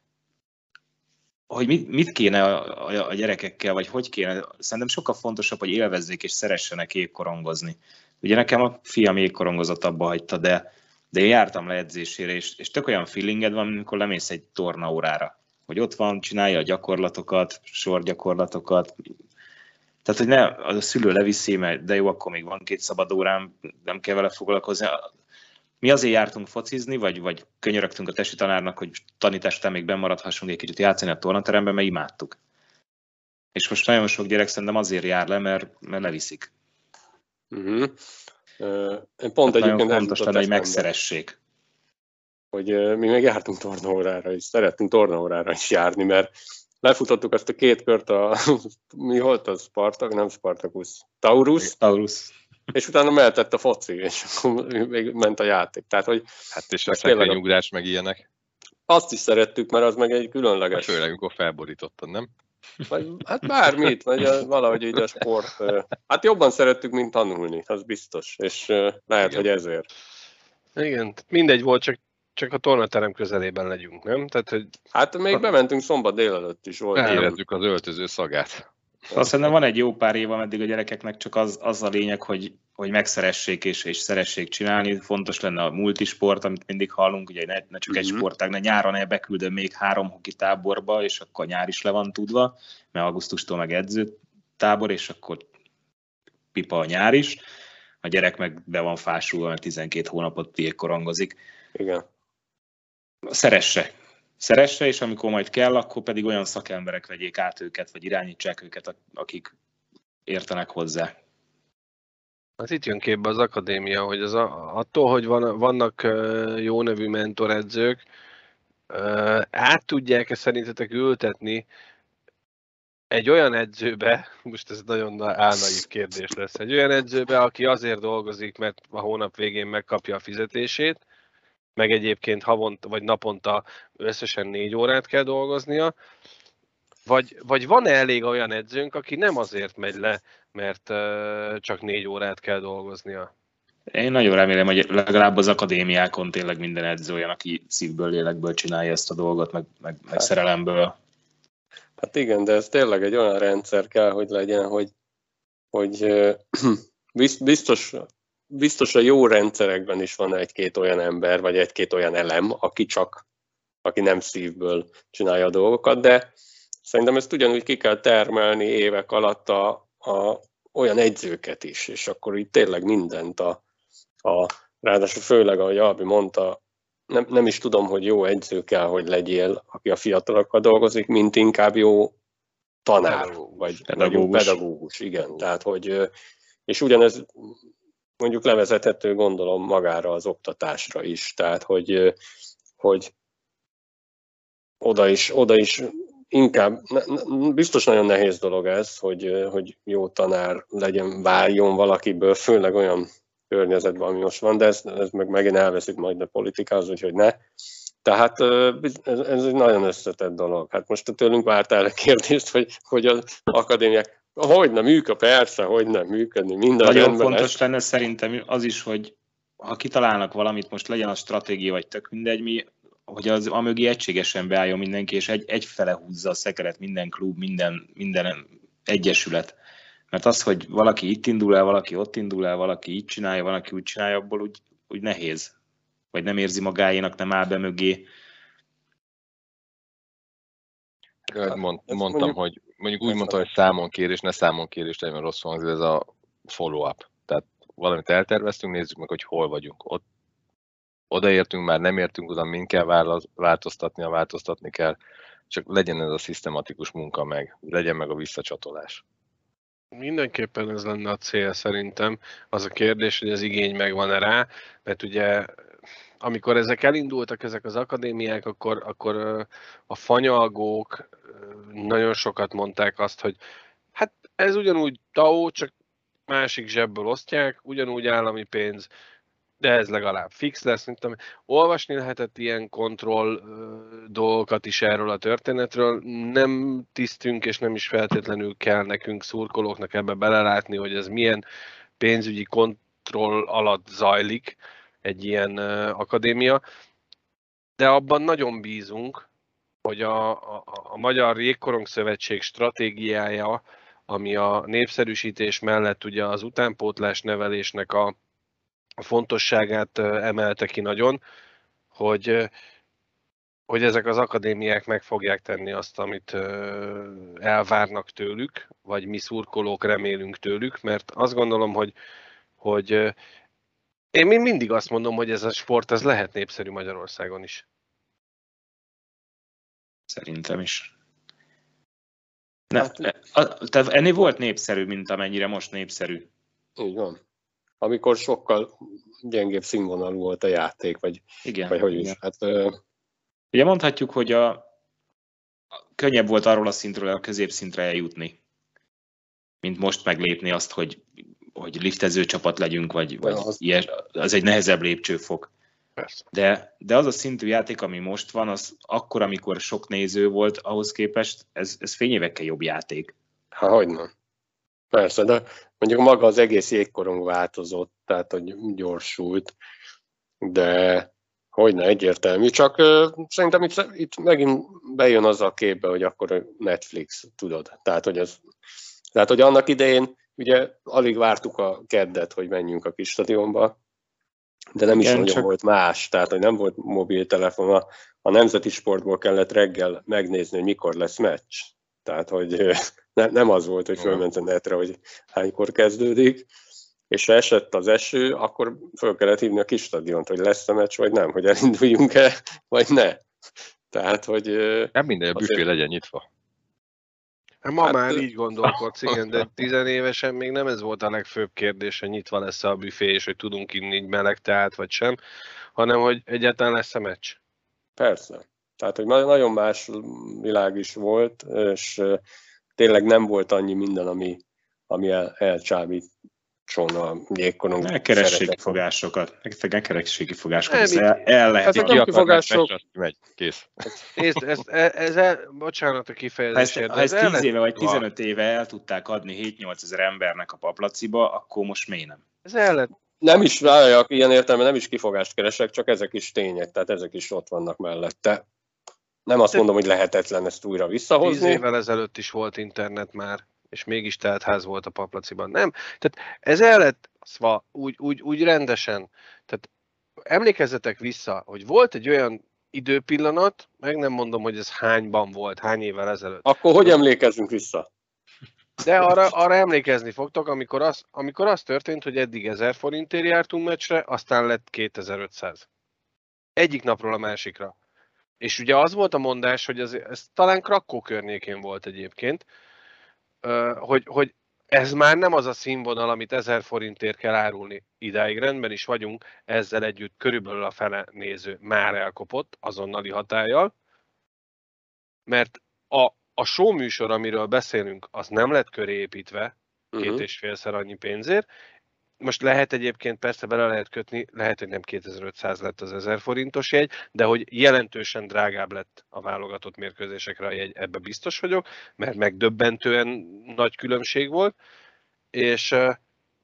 hogy mit, mit kéne a, a, a gyerekekkel, vagy hogy kéne, szerintem sokkal fontosabb, hogy élvezzék és szeressenek jégkorongozni. Ugye nekem a fiam jégkorongozott, abba hagyta, de, de én jártam le edzésére, és, és tök olyan feelinged van, amikor lemész egy tornaórára. Hogy ott van, csinálja a gyakorlatokat, sorgyakorlatokat. Tehát, hogy ne, a szülő leviszi, mert de jó, akkor még van két szabad órám, nem kell vele foglalkozni. Mi azért jártunk focizni, vagy, vagy könyörögtünk a testi tanárnak, hogy tanítás után még bennmaradhassunk egy kicsit játszani a tornateremben, mert imádtuk. És most nagyon sok gyerek szerintem azért jár le, mert, mert leviszik. Uh-huh. Uh, pont hát egyébként fontos lenne, hogy megszeressék. Hogy uh, mi még jártunk tornaórára, és szerettünk tornaórára is járni, mert lefutottuk ezt a két kört a, mi volt az? Spartak? Nem Spartacus. Taurus. Taurus. És utána mehetett a foci, és akkor még ment a játék. Tehát, hogy hát és a szekrényugrás meg ilyenek. Azt is szerettük, mert az meg egy különleges. Főleg, amikor felborítottad, nem? Vagy, hát bármit, vagy valahogy így a sport. Hát jobban szerettük, mint tanulni, az biztos. És lehet, igen, hogy ezért. Igen, mindegy volt, csak csak a tornaterem közelében legyünk, nem? Tehát, hogy... Hát még bementünk szombat délelőtt is volt. Érezzük az öltöző szagát. Azt szerintem van egy jó pár év, ameddig a gyerekeknek csak az, az a lényeg, hogy, hogy megszeressék és, és szeressék csinálni. Fontos lenne a multisport, amit mindig hallunk, ugye ne, ne csak egy mm-hmm. sportág, ne nyáron elbeküldöm még három hoki táborba, és akkor nyár is le van tudva, mert augusztustól meg edzőtábor, és akkor pipa a nyár is. A gyerek meg be van fásulva, mert tizenkét hónapot jégkorongozik. Igen. Szeresse. szeresse, és amikor majd kell, akkor pedig olyan szakemberek vegyék át őket, vagy irányítsák őket, akik értenek hozzá. Hát itt jön képbe az akadémia, hogy az a, attól, hogy van, vannak jó nevű mentoredzők, át tudják-e szerintetek ültetni egy olyan edzőbe, most ez nagyon álnaív kérdés lesz, egy olyan edzőbe, aki azért dolgozik, mert a hónap végén megkapja a fizetését, meg egyébként havonta vagy naponta összesen négy órát kell dolgoznia, vagy, vagy van-e elég olyan edzőnk, aki nem azért megy le, mert uh, csak négy órát kell dolgoznia? Én nagyon remélem, hogy legalább az akadémiákon tényleg minden edző olyan, aki szívből, lélekből csinálja ezt a dolgot, meg, meg, meg szerelemből. Hát igen, de ez tényleg egy olyan rendszer kell, hogy legyen, hogy, hogy biztos, biztos a jó rendszerekben is van egy-két olyan ember, vagy egy-két olyan elem, aki csak, aki nem szívből csinálja a dolgokat, de szerintem ezt ugyanúgy ki kell termelni évek alatt a, a, olyan edzőket is, és akkor így tényleg mindent a, a ráadásul főleg, ahogy Albi mondta, nem, nem is tudom, hogy jó edző kell, hogy legyél, aki a fiatalokkal dolgozik, mint inkább jó tanár, pedagógus. vagy, pedagógus. vagy jó pedagógus, igen. Tehát, hogy, és ugyanez mondjuk levezethető, gondolom, magára az oktatásra is. Tehát, hogy, hogy oda is, oda is inkább, biztos nagyon nehéz dolog ez, hogy, hogy jó tanár legyen, váljon valakiből, főleg olyan környezetben, ami most van, de ezt, ezt meg megint elveszik majd a politikához, úgyhogy ne. Tehát ez, ez egy nagyon összetett dolog. Hát most tőlünk vártál a kérdést, hogy, hogy az akadémiák, hogy nem működik, persze, hogy nem működni, minden nagyon rendben fontos lesz. lenne szerintem az is, hogy ha kitalálnak valamit, most legyen a stratégia, vagy tök mindegy, mi, hogy az amögé egységesen beálljon mindenki, és egy, egyfele húzza a szekeret minden klub, minden, minden egyesület. Mert az, hogy valaki itt indul el, valaki ott indul el, valaki így csinálja, valaki úgy csinálja, abból úgy, úgy nehéz. Vagy nem érzi magáénak, nem áll be mögé. Mond, mondtam, mondjuk, hogy mondjuk úgy mondtam, hogy számonkérés, ne számonkérés legyen, mert rosszul hangzik, ez a follow-up. Tehát valamit elterveztünk, nézzük meg, hogy hol vagyunk. Ott odaértünk, már nem értünk oda, min kell változtatni, ha változtatni kell. Csak legyen ez a szisztematikus munka meg, legyen meg a visszacsatolás. Mindenképpen ez lenne a cél szerintem. Az a kérdés, hogy az igény megvan-e rá, mert ugye amikor ezek elindultak, ezek az akadémiák, akkor, akkor a fanyalgók nagyon sokat mondták azt, hogy hát ez ugyanúgy té á o, csak másik zsebből osztják, ugyanúgy állami pénz, de ez legalább fix lesz. Mint tudom, olvasni lehetett ilyen kontroll dolgokat is erről a történetről. Nem tisztünk, és nem is feltétlenül kell nekünk szurkolóknak ebbe belelátni, hogy ez milyen pénzügyi kontroll alatt zajlik egy ilyen akadémia. De abban nagyon bízunk, hogy a, a, a Magyar Jégkorong Szövetség stratégiája, ami a népszerűsítés mellett ugye az utánpótlás nevelésnek a a fontosságát emelte ki nagyon, hogy, hogy ezek az akadémiák meg fogják tenni azt, amit elvárnak tőlük, vagy mi szurkolók remélünk tőlük, mert azt gondolom, hogy, hogy én mindig azt mondom, hogy ez a sport ez lehet népszerű Magyarországon is. Szerintem is. Ne, tehát ennél volt népszerű, mint amennyire most népszerű. Így van. Amikor sokkal gyengébb színvonalú volt a játék, vagy, igen, vagy hogy igen. is. Hát, uh... Ugye mondhatjuk, hogy a, a könnyebb volt arról a szintről a középszintre eljutni, mint most meglépni azt, hogy, hogy liftező csapat legyünk, vagy, vagy az... ilyes, az egy nehezebb lépcsőfok. Persze. De, de az a szintű játék, ami most van, az akkor, amikor sok néző volt ahhoz képest, ez, ez fényévekkel jobb játék. Há, hogyne. Persze, de mondjuk maga az egész jégkorong változott, tehát hogy gyorsult, de hogyne, egyértelmű. Csak uh, szerintem itt, itt megint bejön az a képbe, hogy akkor Netflix, tudod. Tehát, hogy, az, tehát, hogy annak idején ugye alig vártuk a keddet, hogy menjünk a kis stadionba, de nem is Igen, nagyon csak... volt más, tehát hogy nem volt mobiltelefon, a, a nemzeti sportból kellett reggel megnézni, hogy mikor lesz meccs. Tehát, hogy ne, nem az volt, hogy fölment a netre, hogy hánykor kezdődik, és ha esett az eső, akkor föl kellett hívni a kis stadiont, hogy lesz a meccs, vagy nem, hogy elinduljunk-e, vagy ne. Tehát, hogy... Nem minden, a büfé azért... legyen nyitva. Ma Hát, már így gondolkodsz, igen, de tizenévesen még nem ez volt a legfőbb kérdés, hogy nyitva lesz a büfé, és hogy tudunk inni így meleg teát, vagy sem, hanem hogy egyáltalán lesz a meccs. Persze. Tehát, hogy nagyon más világ is volt, és tényleg nem volt annyi minden, ami, ami el, elcsábítson a jégkorong. Ne keressék kifogásokat. Ne keressék kifogásokat. Nem, Ez itt- el, el lehet ezek adni. nem kifogások. Meccs, megy, kész. Nézd, ez, ez, ez el, bocsánat a Ha ezt, kifejezésért, ha de ez ezt el tíz lett éve vagy tudva. tizenöt éve el tudták adni hét-nyolc ezer embernek a paplaciba, akkor most miért nem? Ez el lett, Nem is váljak, ilyen értelemben nem is kifogást keresek, csak ezek is tények, tehát ezek is ott vannak mellette. Nem azt mondom, hogy lehetetlen ezt újra tíz visszahozni. évvel ezelőtt is volt internet már, és mégis teltház volt a paplaciban. Nem? Tehát ez el lett szva, úgy, úgy, úgy rendesen. Tehát emlékezzetek vissza, hogy volt egy olyan időpillanat, meg nem mondom, hogy ez hányban volt, hány évvel ezelőtt. Akkor hogy emlékezzünk vissza? De arra, arra emlékezni fogtok, amikor az, amikor az történt, hogy eddig ezer forintért jártunk meccsre, aztán lett kétezer-ötszáz. Egyik napról a másikra. És ugye az volt a mondás, hogy ez, ez talán Krakkó környékén volt egyébként, hogy, hogy ez már nem az a színvonal, amit ezer forintért kell árulni. Idáig rendben is vagyunk, ezzel együtt körülbelül a fele néző már elkopott azonnali hatállyal, mert a, a show műsor, amiről beszélünk, az nem lett köré építve két Uh-huh. és félszer annyi pénzért. Most lehet egyébként, persze bele lehet kötni, lehet, hogy nem kétezer-ötszáz lett az ezer forintos jegy, de hogy jelentősen drágább lett a válogatott mérkőzésekre a jegy, ebbe biztos vagyok, mert megdöbbentően nagy különbség volt, és uh,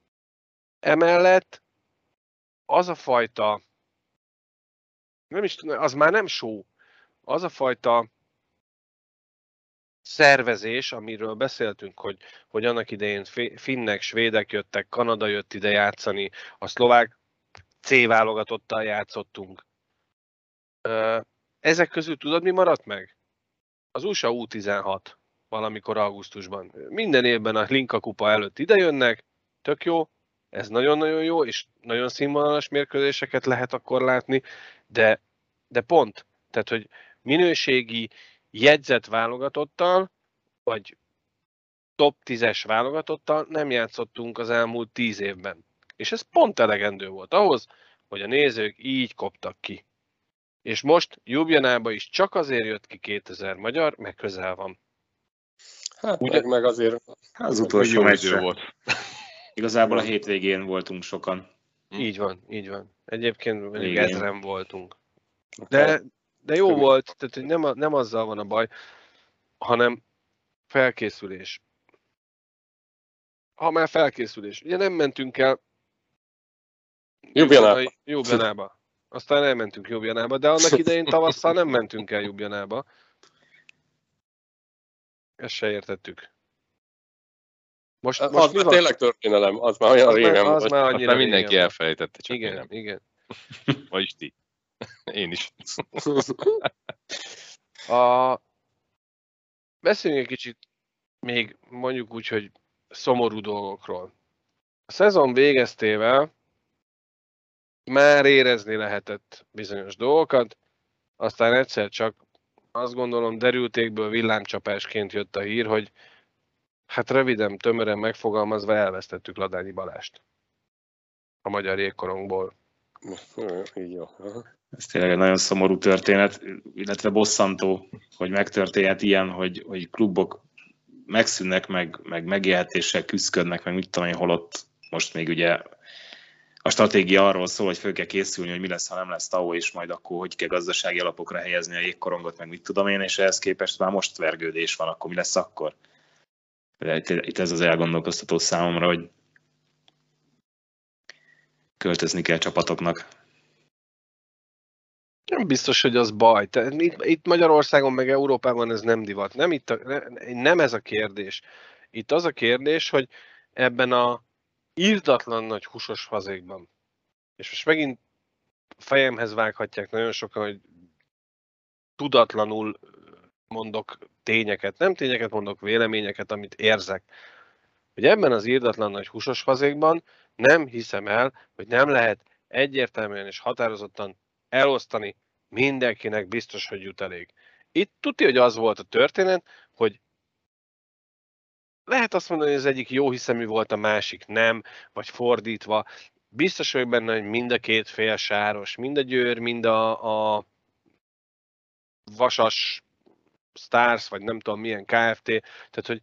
emellett az a fajta, nem is tudom, az már nem show, az a fajta szervezés, amiről beszéltünk, hogy, hogy annak idején finnek, svédek jöttek, Kanada jött ide játszani, a szlovák C válogatottal játszottunk. Ezek közül tudod, mi maradt meg? Az u es á U tizenhat valamikor augusztusban. Minden évben a Linka kupa előtt idejönnek, tök jó, ez nagyon-nagyon jó, és nagyon színvonalas mérkőzéseket lehet akkor látni, de, de pont, tehát, hogy minőségi jegyzett válogatottal, vagy top tízes válogatottal nem játszottunk az elmúlt tíz évben. És ez pont elegendő volt ahhoz, hogy a nézők így koptak ki. És most Ljubljanába is csak azért jött ki kétezer magyar, meg közel van. Hát Ugye- meg, meg azért... Az utolsó Jó idő meccsre. volt. Igazából a hétvégén voltunk sokan. Hm. Így van, így van. Egyébként mondjuk Igen. ezren voltunk. De, de jó volt, tehát hogy nem, a, nem azzal van a baj, hanem felkészülés. Ha már felkészülés. Ugye nem mentünk el Ljubljanába. Ljubljanába. Aztán elmentünk Ljubljanába, de annak idején tavasszal nem mentünk el Ljubljanába. Ezt se értettük. Most, Az most mi már van? tényleg történelem, az már olyan Az régen már, az volt. már Aztán annyira mindenki régen van. elfelejtette, csak Igen, én nem. igen. Vagyis ti. Én is. A... Beszéljünk egy kicsit még mondjuk úgy, hogy szomorú dolgokról. A szezon végeztével már érezni lehetett bizonyos dolgokat, aztán egyszer csak azt gondolom derültékből villámcsapásként jött a hír, hogy hát röviden, tömören megfogalmazva elvesztettük Ladányi Balást a magyar jégkorongból. Így jó. Aha. Ez tényleg egy nagyon szomorú történet, illetve bosszantó, hogy megtörténhet ilyen, hogy, hogy klubok megszűnnek, meg, meg megélhetéssel küzdködnek, meg mit tudom én, holott most még ugye a stratégia arról szól, hogy föl kell készülni, hogy mi lesz, ha nem lesz té á o, és majd akkor hogy kell gazdasági alapokra helyezni a jégkorongot, meg mit tudom én, és ehhez képest már most vergődés van, akkor mi lesz akkor? De itt, itt ez az elgondolkoztató számomra, hogy költözni kell csapatoknak. Nem biztos, hogy az baj. Te, itt, itt Magyarországon meg Európában ez nem divat. Nem, itt a, nem ez a kérdés. Itt az a kérdés, hogy ebben a írdatlan nagy húsos fazékban, és most megint fejemhez vághatják nagyon sokan, hogy tudatlanul mondok tényeket, nem tényeket mondok, véleményeket, amit érzek. Hogy ebben az írdatlan nagy húsos fazékban nem hiszem el, hogy nem lehet egyértelműen és határozottan elosztani mindenkinek biztos, hogy jut elég. Itt tudja, hogy az volt a történet, hogy lehet azt mondani, hogy az egyik jó hiszemű volt, a másik nem, vagy fordítva. Biztos vagyok benne, hogy mind a két fél sáros, mind a Győr, mind a, a Vasas Stars, vagy nem tudom milyen Kft. Tehát, hogy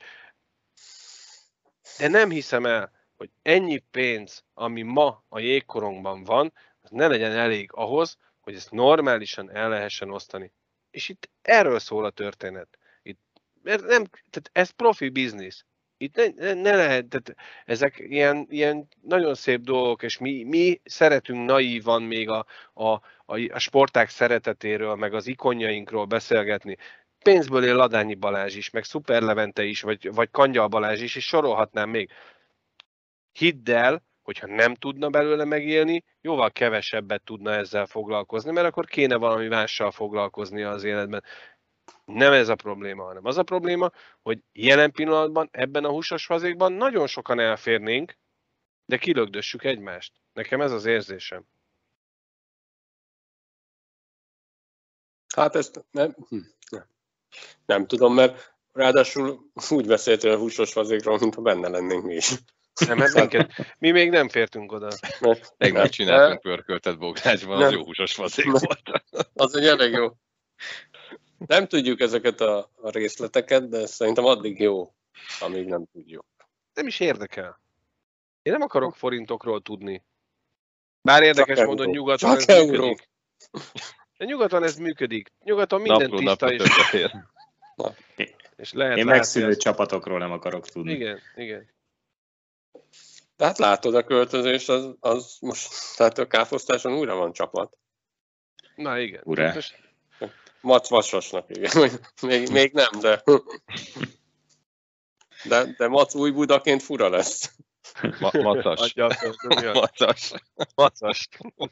de nem hiszem el, hogy ennyi pénz, ami ma a jégkorongban van, az ne legyen elég ahhoz, hogy ezt normálisan el lehessen osztani. És itt erről szól a történet. Itt, mert nem, tehát ez profi biznisz. Itt ne, ne, ne lehet, tehát ezek ilyen, ilyen nagyon szép dolgok, és mi, mi szeretünk naívan még a, a, a, a sportág szeretetéről, meg az ikonjainkról beszélgetni. Pénzből él Ladányi Balázs is, meg Szuper Levente is, vagy, vagy Kangyal Balázs is, és sorolhatnám még. Hidd el, hogyha nem tudna belőle megélni, jóval kevesebbet tudna ezzel foglalkozni, mert akkor kéne valami mással foglalkoznia az életben. Nem ez a probléma, hanem az a probléma, hogy jelen pillanatban ebben a húsos fazékban nagyon sokan elférnénk, de kilögdössük egymást. Nekem ez az érzésem. Hát ezt nem, nem, nem tudom, mert ráadásul úgy beszéltél a húsos fazékról, mintha benne lennénk mi is. Nem, mert minket, mi még nem fértünk oda. Tegnap csináltunk pörköltet Bogdácsban, az jó húsos fazék volt. Az egy elég jó. Nem tudjuk ezeket a, a részleteket, de szerintem addig jó, amíg nem tudjuk. Nem is érdekel. Én nem akarok forintokról tudni. Bár érdekes Csak módon euró. nyugaton Csak ez euró. működik. De nyugaton ez működik. Nyugaton minden Napról tiszta napra és, többet ér. és lehet Én látni megszűnő ezt. csapatokról nem akarok tudni. Igen, igen. Tehát látod a költözést, az, az most, tehát a Káposztáson újra van csapat. Na igen. Ura. Most Mac Vasasnak, igen. Még, még nem, de... De, de Mac új Budaként fura lesz. Ma- Macas. adja azt, hogy mi a Macas. macas.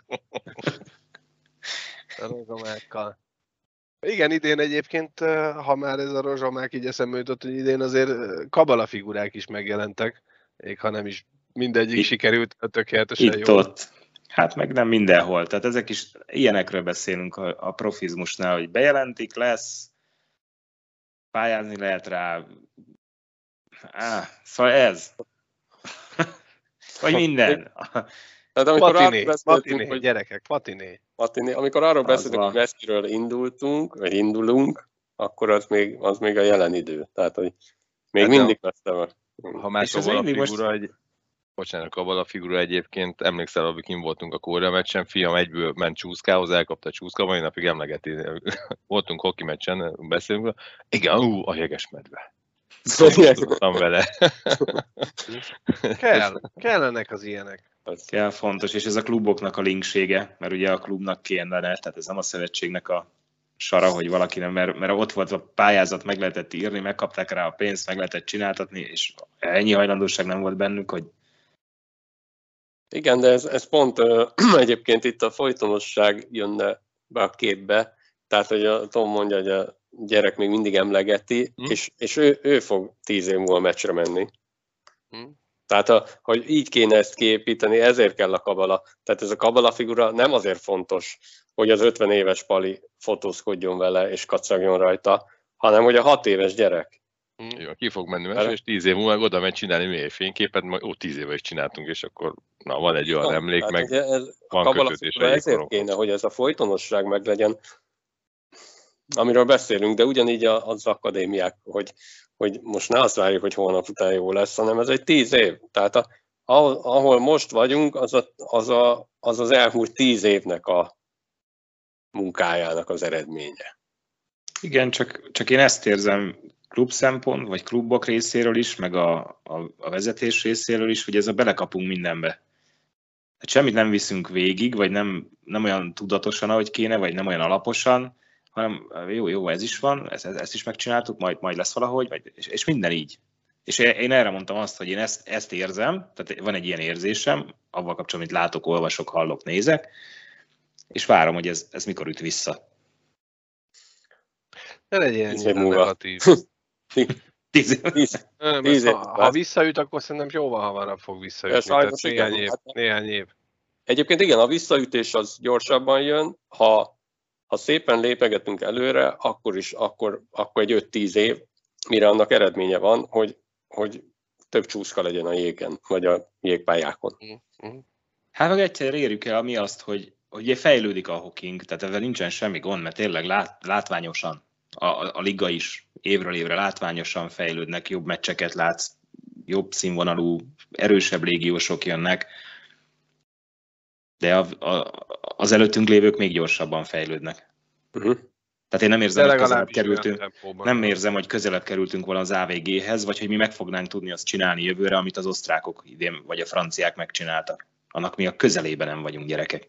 A rozsomákkal. Igen, idén egyébként, ha már ez a rozsomák így eszembe jutott, hogy idén azért kabala figurák is megjelentek, még ha nem is mindegyik Itt- sikerült tökéletesen Itt jól. ott. Hát meg nem mindenhol. Tehát ezek is, ilyenekről beszélünk a, a profizmusnál, hogy bejelentik, lesz, pályázni lehet rá. Á, szóval ez. Vagy minden. Tehát amikor Patiné, arról beszéltünk, patiné, hogy gyerekek, patiné. Patiné, amikor arról Az beszéltünk, van. hogy messziről indultunk, vagy indulunk, akkor az még, az még a jelen idő. Tehát, hogy még Hát mindig messze van. Ha már És ez Kabala mindig most- figura, egy... bocsánat, Kabala figura egyébként, emlékszel, hogy kim voltunk a Korea meccsen, fiam egyből ment csúszkához, elkapta a csúszka, mai napig emlegeti. Voltunk hoki meccsen, beszélünk, igen, ú, a jegesmedve. Tudtam vele. Kell, kellenek az ilyenek. Kell, fontos, és ez a kluboknak a linksége, mert ugye a klubnak kéne, tehát ez nem a szövetségnek a sara, hogy valaki nem, mert, mert ott volt a pályázat, meg lehetett írni, megkapták rá a pénzt, meg lehetett csináltatni, és ennyi hajlandóság nem volt bennük, hogy Igen, de ez, ez pont ö, egyébként itt a folytonosság jönne be a képbe, tehát hogy a Tom mondja, hogy a gyerek még mindig emlegeti, Hm. és, és ő, ő fog tíz év múlva meccsre menni. Hm. Tehát, a, hogy így kéne ezt kiépíteni, ezért kell a kabala. Tehát ez a kabala figura nem azért fontos, hogy az ötven éves pali fotózkodjon vele és kacagjon rajta, hanem hogy a hat éves gyerek. Jó, ki fog menni mesre, és tíz év múlva meg oda megy csinálni mély fényképet, majd ó, tíz éve is csináltunk, és akkor na, van egy olyan Na, emlék, tehát meg ugye ez, a van kabala kötődés figura a ezért jégkoronghoz. kéne, hogy ez a folytonosság meglegyen, amiről beszélünk, de ugyanígy az akadémiák, hogy, hogy most ne azt várjuk, hogy holnap után jó lesz, hanem ez egy tíz év. Tehát a, ahol, ahol most vagyunk, az, a, az, a, az az elmúlt tíz évnek a munkájának az eredménye. igen, csak, csak én ezt érzem klub szempont, vagy klubok részéről is, meg a, a, a vezetés részéről is, hogy ez a belekapunk mindenbe. Hát semmit nem viszünk végig, vagy nem, nem olyan tudatosan, ahogy kéne, vagy nem olyan alaposan, hanem jó, jó, ez is van, ezt, ezt is megcsináltuk, majd, majd lesz valahogy, vagy, és, és minden így. És én erre mondtam azt, hogy én ezt, ezt érzem, tehát van egy ilyen érzésem, avval kapcsolatban, amit látok, olvasok, hallok, nézek, és várom, hogy ez, ez mikor üt vissza. Ne legyen Tíz év ennyire múlva. negatív. Tíz év. Tíz, Nem, Tíz ez, év ha, múlva. ha visszaüt, akkor szerintem jóval hamarabb fog visszaütni. Ez Tehát sajnos néhány igen. év, Hát- néhány év. Egyébként igen, a visszaütés az gyorsabban jön, ha, ha szépen lépegetünk előre, akkor is akkor, akkor egy öt-tíz év, mire annak eredménye van, hogy, hogy több csúszka legyen a jégen, vagy a jégpályákon. Hát meg egyszer érjük el, ami azt, hogy, hogy fejlődik a hoking, tehát ezzel nincsen semmi gond, mert tényleg lát, látványosan, a, a liga is évről évre látványosan fejlődnek, jobb meccseket látsz, jobb színvonalú, erősebb légiósok jönnek, de a, a, az előttünk lévők még gyorsabban fejlődnek. Uh-huh. Tehát én nem érzem, hogy közelebb kerültünk, nem érzem, hogy közelebb kerültünk volna az á vé gé-hez, vagy hogy mi meg fognánk tudni azt csinálni jövőre, amit az osztrákok idén, vagy a franciák megcsináltak. Annak mi a közelében nem vagyunk, gyerekek.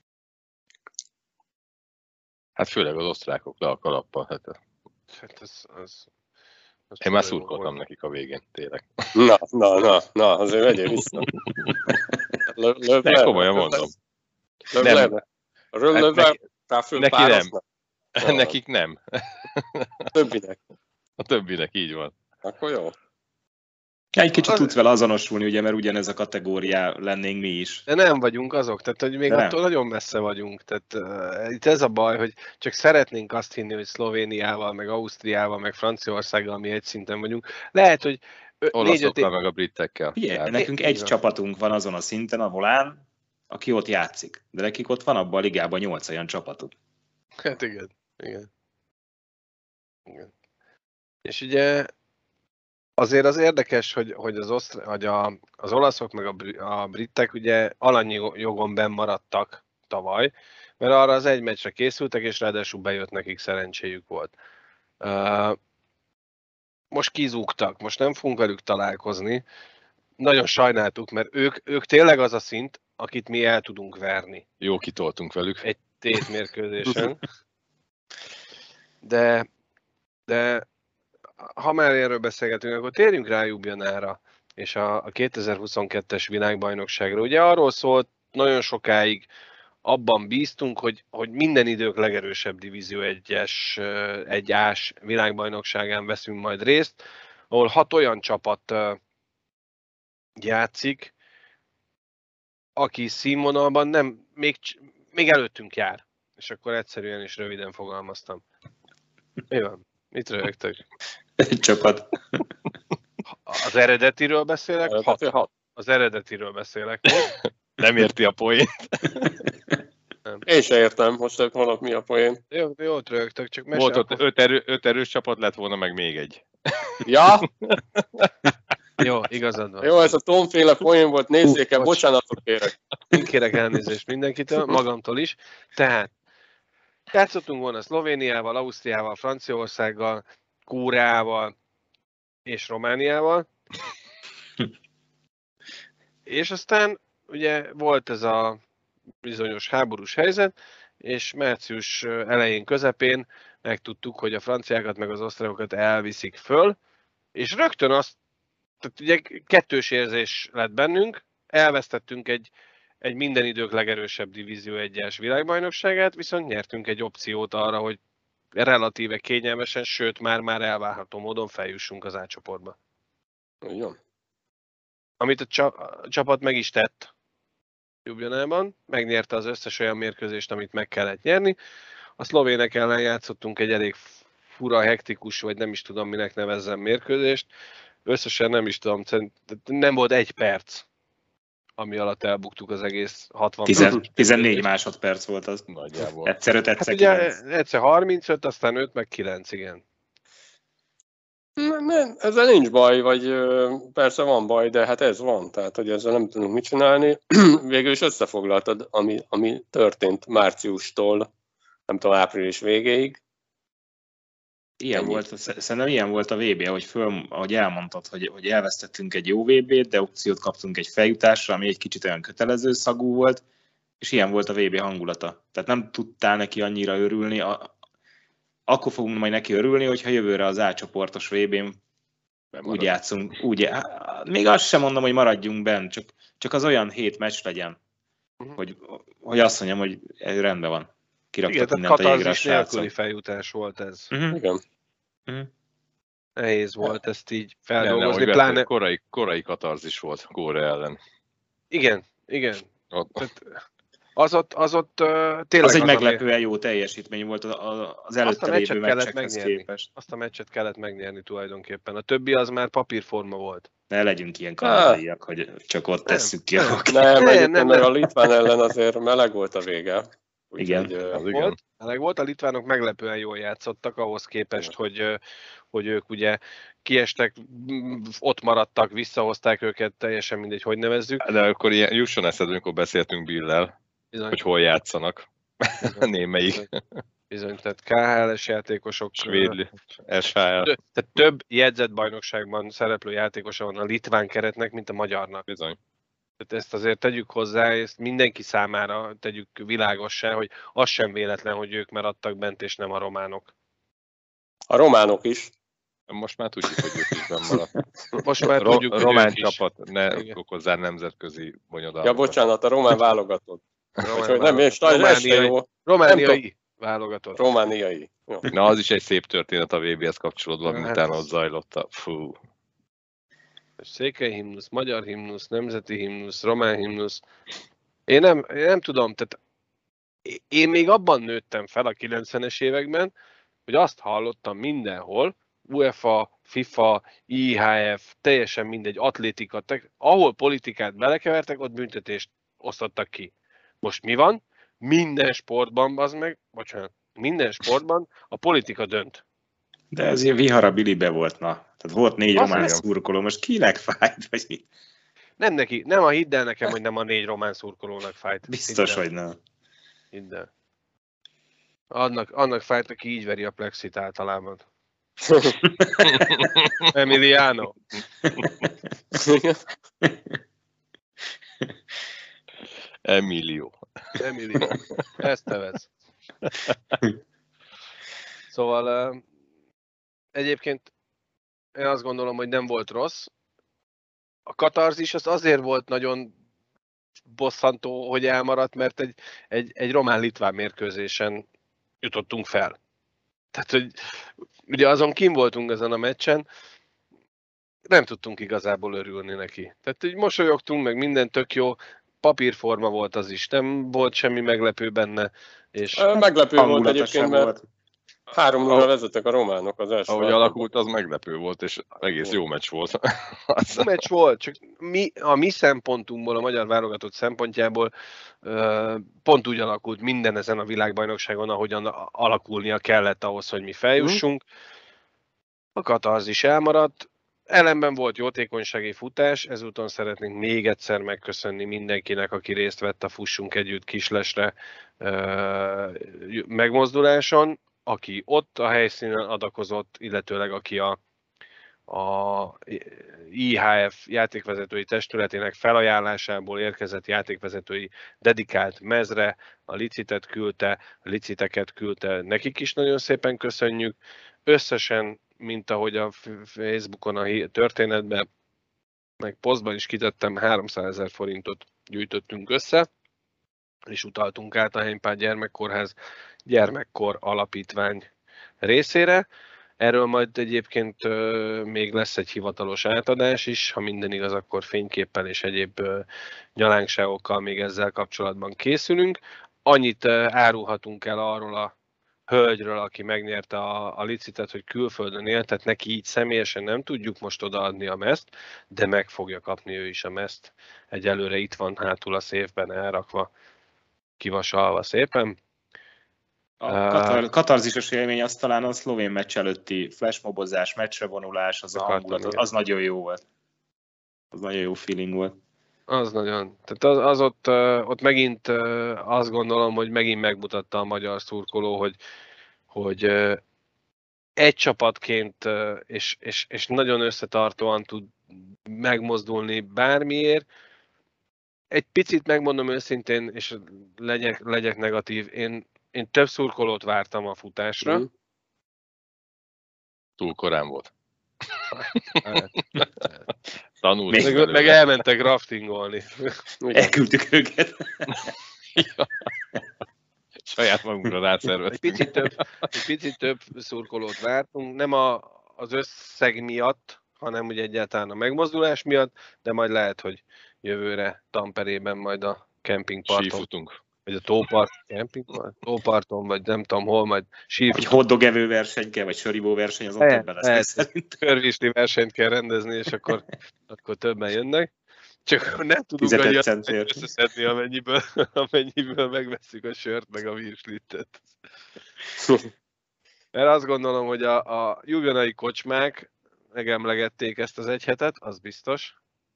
Hát főleg az osztrákok le a kalappal. Hát, hát ez, az, az én már szurkoltam nekik a végén, tényleg. Na, na, na, na, azért vegyél vissza. Ne, komolyan mondom. Nem. Neki nem. Nekik nem. A többinek. A többinek, így van. Akkor jó. Egy kicsit tudsz vele azonosulni, ugye, mert ugyanez a kategóriá lennénk mi is. De nem vagyunk azok, tehát hogy még attól nagyon messze vagyunk. Tehát uh, itt ez a baj, hogy csak szeretnénk azt hinni, hogy Szlovéniával, meg Ausztriával, meg Franciaországgal mi egy szinten vagyunk. Lehet, hogy olaszokkal, meg a britekkel. Ugye, nekünk egy csapatunk van azon a szinten, a volán, aki ott játszik. De nekik ott van abban a ligában nyolc olyan csapatuk. Hát igen, igen. igen. És ugye azért az érdekes, hogy, hogy, az, osztr- hogy a, az olaszok meg a, br- a britek ugye alanyi jogon benn maradtak tavaly, mert arra az egy meccsre készültek, és ráadásul bejött nekik, szerencséjük volt. Uh, most kizúgtak, most nem fogunk velük találkozni. Nagyon sajnáltuk, mert ők, ők tényleg az a szint, akit mi el tudunk verni. Jó kitoltunk velük. Egy tétmérkőzésen. De, de ha már erről beszélgetünk, akkor térjünk rá Ljubljanára és a, a kétezer-huszonkettes világbajnokságra. Ugye arról szólt nagyon sokáig, abban bíztunk, hogy, hogy minden idők legerősebb divízió egyes, egy ás világbajnokságán veszünk majd részt, ahol hat olyan csapat játszik, aki színvonalban nem, még, még előttünk jár. És akkor egyszerűen és röviden fogalmaztam. Mi van? Mit röhögtök? Egy csapat. Az eredetiről beszélek? Eredeti Hat. hat. Az eredetiről beszélek. Nem érti a poént. Nem. Én se értem, most holnap mi a poén. Jó, jót röhögtök, csak mesélj. Volt ott akkor... öt, erő, öt erős csapat, lett volna meg még egy. Ja? Jó, igazad van. Jó, ez a Tomféle poén volt, nézzék el, Bocs. bocsánatot kérek. Én kérek elnézést mindenkitől, magamtól is. Tehát játszottunk volna Szlovéniával, Ausztriával, Franciaországgal, Koreával és Romániával. És aztán ugye volt ez a bizonyos háborús helyzet, és március elején, közepén megtudtuk, hogy a franciákat meg az osztrákokat elviszik föl, és rögtön azt, tehát ugye kettős érzés lett bennünk, elvesztettünk egy, egy minden idők legerősebb divízió egyes világbajnokságát, viszont nyertünk egy opciót arra, hogy relatíve kényelmesen, sőt már-már elvárható módon feljussunk az A csoportba. Jó. Amit a, csa- a csapat meg is tett Ljubljanában, megnyerte az összes olyan mérkőzést, amit meg kellett nyerni. A szlovének ellen játszottunk egy elég fura, hektikus, vagy nem is tudom minek nevezzem mérkőzést. Összesen nem is tudom, nem volt egy perc, ami alatt elbuktuk az egész hatvan Tizen, tizennégy másodperc volt az. Nagyjából. Egyszer öt, egyszer hát ugye, kilenc. egyszer harmincöt, aztán öt, meg kilenc, igen. Nem, nem, ezzel nincs baj, vagy ö, persze van baj, de hát ez van, tehát hogy ezzel nem tudunk mit csinálni. Végül is összefoglaltad, ami, ami történt márciustól, nem tudom, április végéig. Ilyen Ennyi. volt, szerintem ilyen volt a vé bé, ahogy, föl, ahogy elmondtad, hogy, hogy elvesztettünk egy jó vé bét, de opciót kaptunk egy feljutásra, ami egy kicsit olyan kötelező szagú volt, és ilyen volt a vé bé hangulata. Tehát nem tudtál neki annyira örülni, a, akkor fogunk majd neki örülni, hogyha jövőre az A csoportos vé bén úgy játszunk. Úgy, még azt sem mondom, hogy maradjunk benn, csak, csak az olyan hét meccs legyen, uh-huh. hogy, hogy azt mondjam, hogy rendben van. Kiraktak mindent a jégre a srácok. Nélküli feljutás volt ez. Uh-huh. Igen. Uh-huh. Nehéz volt ezt így Benne, feldolgozni. hogy Pláne... korai, korai katarzis volt Kóre ellen. Igen, igen. Ott. Tehát Az ott, az ott uh, tényleg az egy az, meglepően ami... jó teljesítmény volt az Azt a előtte lévő meccset kellett meccsekhez megnyerni. képest. Azt a meccset kellett megnyerni tulajdonképpen. A többi az már papírforma volt. Ne legyünk ilyen kanadaiak, hogy csak ott Nem, tesszük ki nem. a Nem, Nem, egyébként nem, meg nem. a Litván ellen azért meleg volt a vége. Igen. Úgyhogy, ö, Az igen. Volt, meleg volt, a litvánok meglepően jól játszottak ahhoz képest, hogy, ö, hogy ők ugye kiestek, m, ott maradtak, visszahozták őket, teljesen mindegy, hogy nevezzük. De akkor ilyen, jusson eszedbe, amikor beszéltünk Bill-lel, Bizony, hogy hol játszanak. bizony, Némelyik. bizony, bizony, tehát ká há el-es játékosok, ö, Svéd, es há el. tö- tehát több jegyzett bajnokságban szereplő játékosa van a litván keretnek, mint a magyarnak. Bizony. Tehát ezt azért tegyük hozzá, ezt mindenki számára tegyük világossá, hogy az sem véletlen, hogy ők maradtak bent, és nem a románok. a románok is. Most már tudjuk, hogy ők is benn maradt. Most már Ro- tudjuk, hogy román ők is. csapat, ne Igen. okozzál nemzetközi bonyodalmat. Ja, bocsánat, a román válogatott. Román Vagy nem, és válogatott. ez se Romániai, jó. romániai válogatott. Romániai. Jó. Na, az is egy szép történet a vé béhez kapcsolódva, Hát miután az- ott zajlott a... Fú. Székely himnusz, magyar himnusz, nemzeti himnusz, román himnusz. Én nem, én nem tudom, tehát én még abban nőttem fel a kilencvenes években, hogy azt hallottam mindenhol, UEFA, FIFA, i há ef, teljesen mindegy, atlétika, te- ahol politikát belekevertek, ott büntetést osztottak ki. Most mi van? Minden sportban, az meg, bocsánat, minden sportban a politika dönt. De ez ilyen viharabilibe volt, na. Tehát volt négy Az román nem. szurkoló, most kinek fájt, vagy mi? Nem neki, nem a hidd el nekem, hogy nem a négy román szurkolónak fájt. Biztos, Hidd el, hogy nem. hidd el. Annak, annak fájt, aki így veri a plexit általában. Emiliano. Emilio. Emilio. Ezt nevez. Szóval uh, egyébként én azt gondolom, hogy nem volt rossz. A katarzis az azért volt nagyon bosszantó, hogy elmaradt, mert egy, egy, egy román-litván mérkőzésen jutottunk fel. Tehát, hogy ugye azon kim voltunk ezen a meccsen, nem tudtunk igazából örülni neki. Tehát, hogy mosolyogtunk, meg minden tök jó, papírforma volt az is, nem volt semmi meglepő benne, és Ö, Meglepő volt Hangulata egyébként, sem mert volt. három nulla vezettek a románok az első. Ahogy változatban. alakult, az meglepő volt, és egész jó meccs volt. jó meccs volt, csak mi, a mi szempontunkból, a magyar válogatott szempontjából ö, pont úgy alakult minden ezen a világbajnokságon, ahogyan alakulnia kellett ahhoz, hogy mi feljussunk. A katarzis elmaradt, ellenben volt jótékonysági futás, ezúton szeretnénk még egyszer megköszönni mindenkinek, aki részt vett a Fussunk Együtt Kislesre ö, megmozduláson, aki ott a helyszínen adakozott, illetőleg aki a, a i há ef játékvezetői testületének felajánlásából érkezett játékvezetői dedikált mezre, a licitet küldte, a liciteket küldte, nekik is nagyon szépen köszönjük. Összesen, mint ahogy a Facebookon a történetben, meg posztban is kitettem, háromszázezer forintot gyűjtöttünk össze, és utaltunk át a Henypál Gyermekkórház Gyermekkor Alapítvány részére. Erről majd egyébként ö, még lesz egy hivatalos átadás is, ha minden igaz, akkor fényképpel és egyéb ö, nyalánkságokkal még ezzel kapcsolatban készülünk. Annyit ö, árulhatunk el arról a hölgyről, aki megnyerte a, a licitet, hogy külföldön él, tehát neki így személyesen nem tudjuk most odaadni a mezt, de meg fogja kapni ő is a mezt. Egyelőre itt van hátul a széfben elrakva, kivasalva szépen. A katar, katarzisos élmény az talán a szlovén meccs előtti flashmobozás, meccsre vonulás, az a hangulat, az, az nagyon jó volt. Az nagyon jó feeling volt. Az nagyon. Tehát az, az ott, ott megint azt gondolom, hogy megint megmutatta a magyar szurkoló, hogy, hogy egy csapatként és, és, és nagyon összetartóan tud megmozdulni bármiért. Egy picit megmondom őszintén, és legyek, legyek negatív, én, én több szurkolót vártam a futásra. Mm. Túl korán volt. Hát, Tanulsz meg, belőle. meg elmentek raftingolni. Elküldtük őket. Saját magunkra Egy rászerveztünk. picit több, egy picit több szurkolót vártunk, nem a, az összeg miatt, hanem ugye egyáltalán a megmozdulás miatt, de majd lehet, hogy jövőre Tamperében majd a kempingparton Sífutunk. vagy a tópart, camping, tóparton, vagy nem tudom hol, majd sír. Vagy hotdog-evő verseny kell, vagy sörívó verseny, az ott többen lesznek szerintem. Körvisli versenyt kell rendezni, és akkor, akkor többen jönnek. Csak nem tudunk annyi összeszedni, amennyiből, amennyiből megveszünk a sört, meg a virslittet. Mert azt gondolom, hogy a, a jubileumi kocsmák megemlegették ezt az egy hetet, az biztos.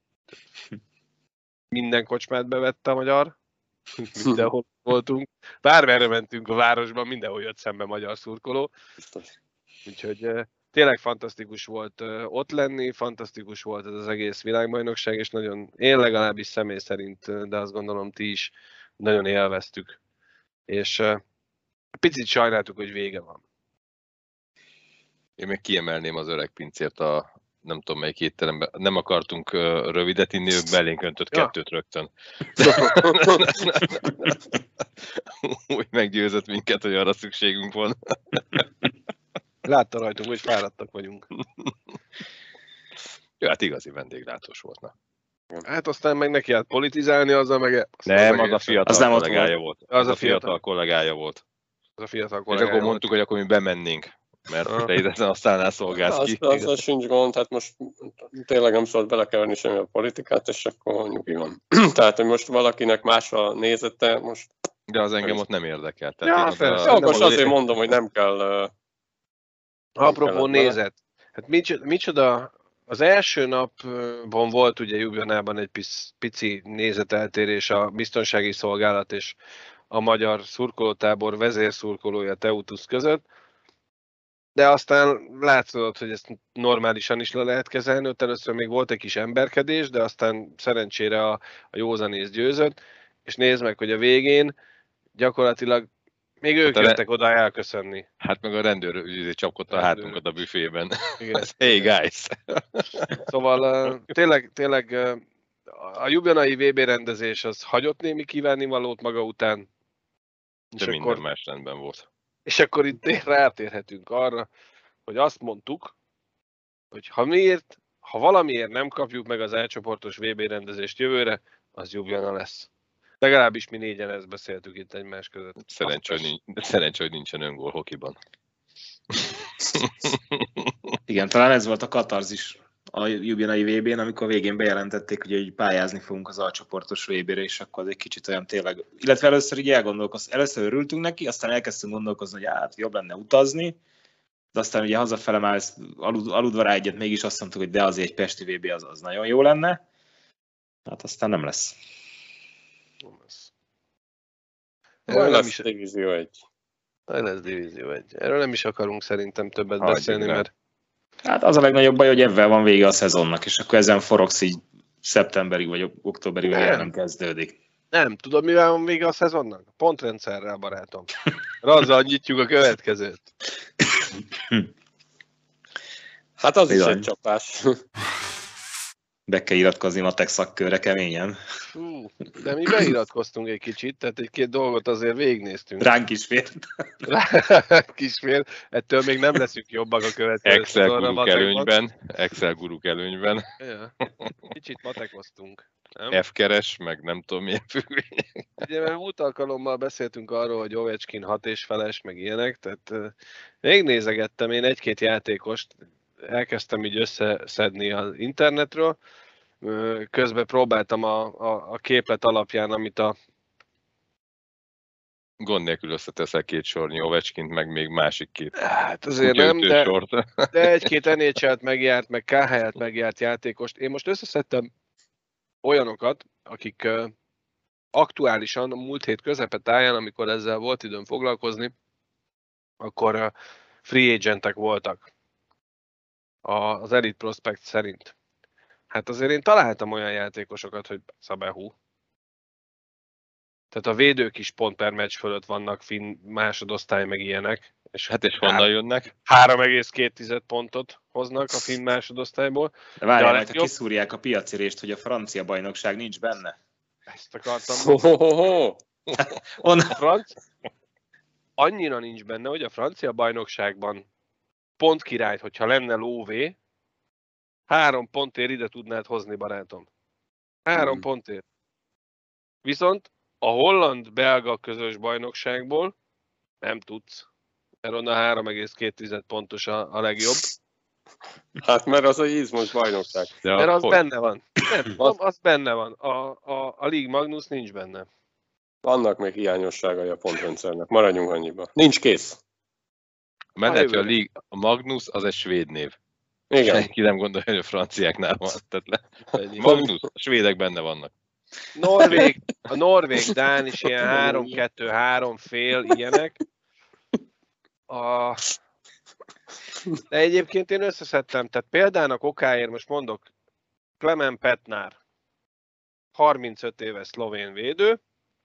Minden kocsmát bevette a magyar. Mindenhol voltunk. Bármerre mentünk a városban, mindenhol jött szembe magyar szurkoló. Biztos. Úgyhogy tényleg fantasztikus volt ott lenni, fantasztikus volt ez az egész világbajnokság, és nagyon, én legalábbis személy szerint, de azt gondolom ti is nagyon élveztük. És picit sajnáltuk, hogy vége van. Én még kiemelném az öreg pincért a nem tudom melyik étteremben. Nem akartunk rövidet inni, ők belénk öntött ja. kettőt rögtön. Úgy meggyőzött minket, hogy arra szükségünk van. Látta rajtunk, hogy fáradtak vagyunk. Jó, hát igazi vendéglátós volt. Na. Hát aztán meg neki állt politizálni, azzal meg... Nem, az a fiatal az nem kollégája volt. Az, az a a fiatal, fiatal kollégája volt. Az a fiatal kollégája És akkor mondtuk, hogy akkor mi bemennénk. Mert te ezen aztán szolgálsz ki. Az, az sincs gond, hát most tényleg nem szólt belekeverni semmi a politikát, és akkor nyugi van. Tehát, hogy most valakinek más a nézete, most... De az engem ott nem érdekel. Tehát ja, a... Jó, most azért mondom, hogy nem kell... Uh, Apropó nézet. Hát micsoda, micsoda, az első napban volt ugye Ljubljanában egy pici nézeteltérés a biztonsági szolgálat és a magyar szurkolótábor vezérszurkolója Teutusz között, de aztán látszott, hogy ezt normálisan is le lehet kezelni, ott először még volt egy kis emberkedés, de aztán szerencsére a, a józanész győzött, és nézd meg, hogy a végén gyakorlatilag még ők hát jöttek le... oda elköszönni. Hát meg a rendőr csapkodta a hátunkat a büfében. Hey guys! Szóval tényleg, tényleg a ljubljanai vé bé rendezés az hagyott némi kívánnivalót maga után. De minden akkor... más rendben volt. És akkor itt rátérhetünk arra, hogy azt mondtuk, hogy ha miért, ha valamiért nem kapjuk meg az elcsoportos vé bé rendezést jövőre, az Ljubljana lesz. Legalábbis mi négyen ezt beszéltük itt egymás között. Szerencsé, hogy, nincs, szerencsé, hogy nincsen öngól hokiban. Igen, talán ez volt a katarzis a ljubljanai vé bén, amikor végén bejelentették, hogy, hogy pályázni fogunk az alcsoportos vé bére, és akkor az egy kicsit olyan tényleg... Illetve először így elgondolkoztunk, először örültünk neki, aztán elkezdtünk gondolkozni, hogy hát jobb lenne utazni, de aztán ugye hazafele már alud, aludva rá egyet mégis azt mondtuk, hogy de azért egy pesti vé bé az, az nagyon jó lenne. Hát aztán nem lesz. Nem lesz. Erről lesz is... divízió egy. Nem lesz divízió egy. Erről nem is akarunk szerintem többet Hagyjuk beszélni, rá. mert... Hát az a legnagyobb baj, hogy ebben van vége a szezonnak, és akkor ezen forogsz így szeptemberig vagy októberig, nem. nem kezdődik. Nem, tudod mivel van vége a szezonnak? Pontrendszerrel, barátom. Azzal nyitjuk a következőt. Hát az Bizony. Is egy csapás. Be kell iratkozni matek szakkörre keményen. Hú, de mi beiratkoztunk egy kicsit, tehát egy-két dolgot azért végignéztünk. Ránk is fér. Ránk is fér. Ettől még nem leszünk jobbak a következő Excel guruk előnyben. Excel guruk előnyben. Ja, kicsit matekoztunk. Nem? F-keres, meg nem tudom milyen függvény. Ugye, mert múlt alkalommal beszéltünk arról, hogy Ovechkin hat és feles, meg ilyenek, tehát uh, végignézegettem én egy-két játékost, elkezdtem így összeszedni az internetről, közben próbáltam a, a, a képlet alapján, amit a... Gond nélkül összeteszel két sornyi Ovechkint, meg még másik két. Hát azért nem, de, de egy-két en há el-t megjárt, meg ká há el-t megjárt játékost. Én most összeszedtem olyanokat, akik uh, aktuálisan a múlt hét közepetáján, amikor ezzel volt időm foglalkozni, akkor uh, free agentek voltak az Elite Prospect szerint. Hát azért én találtam olyan játékosokat, hogy szabályhú. Tehát a védők is pont per meccs fölött vannak, finn másodosztály meg ilyenek. És hát és honnan jönnek? három egész két pontot hoznak a finn másodosztályból. De várjál, mert ha kiszúrják a piacirést, hogy a francia bajnokság nincs benne. Ezt akartam. Ho-ho-ho. A franc... Annyira nincs benne, hogy a francia bajnokságban pont királyt, hogyha lenne lóvé, három pontért ide tudnád hozni, barátom. Három hmm. pontért. Viszont a holland-belga közös bajnokságból nem tudsz, mert onnan három egész két pontos a, a legjobb. Hát mert az a izmos bajnokság. De mert az hogy? Benne van. Nem, az, az benne van. A, a, a League Magnus nincs benne. Vannak még hiányosságai a pontrendszernek. Maradjunk annyiba. Nincs kész. Mert hogy a, League, a Magnus az egy svéd név. Igen. Senki nem gondolja, hogy a franciáknál van. Tehát le. Magnus, a svédek benne vannak. Norvég, a norvég Dán is ilyen három kettő három fél ilyenek. A... De egyébként én összeszedtem, tehát példának okáért most mondok, Klemen Petnár, harmincöt éves szlovén védő.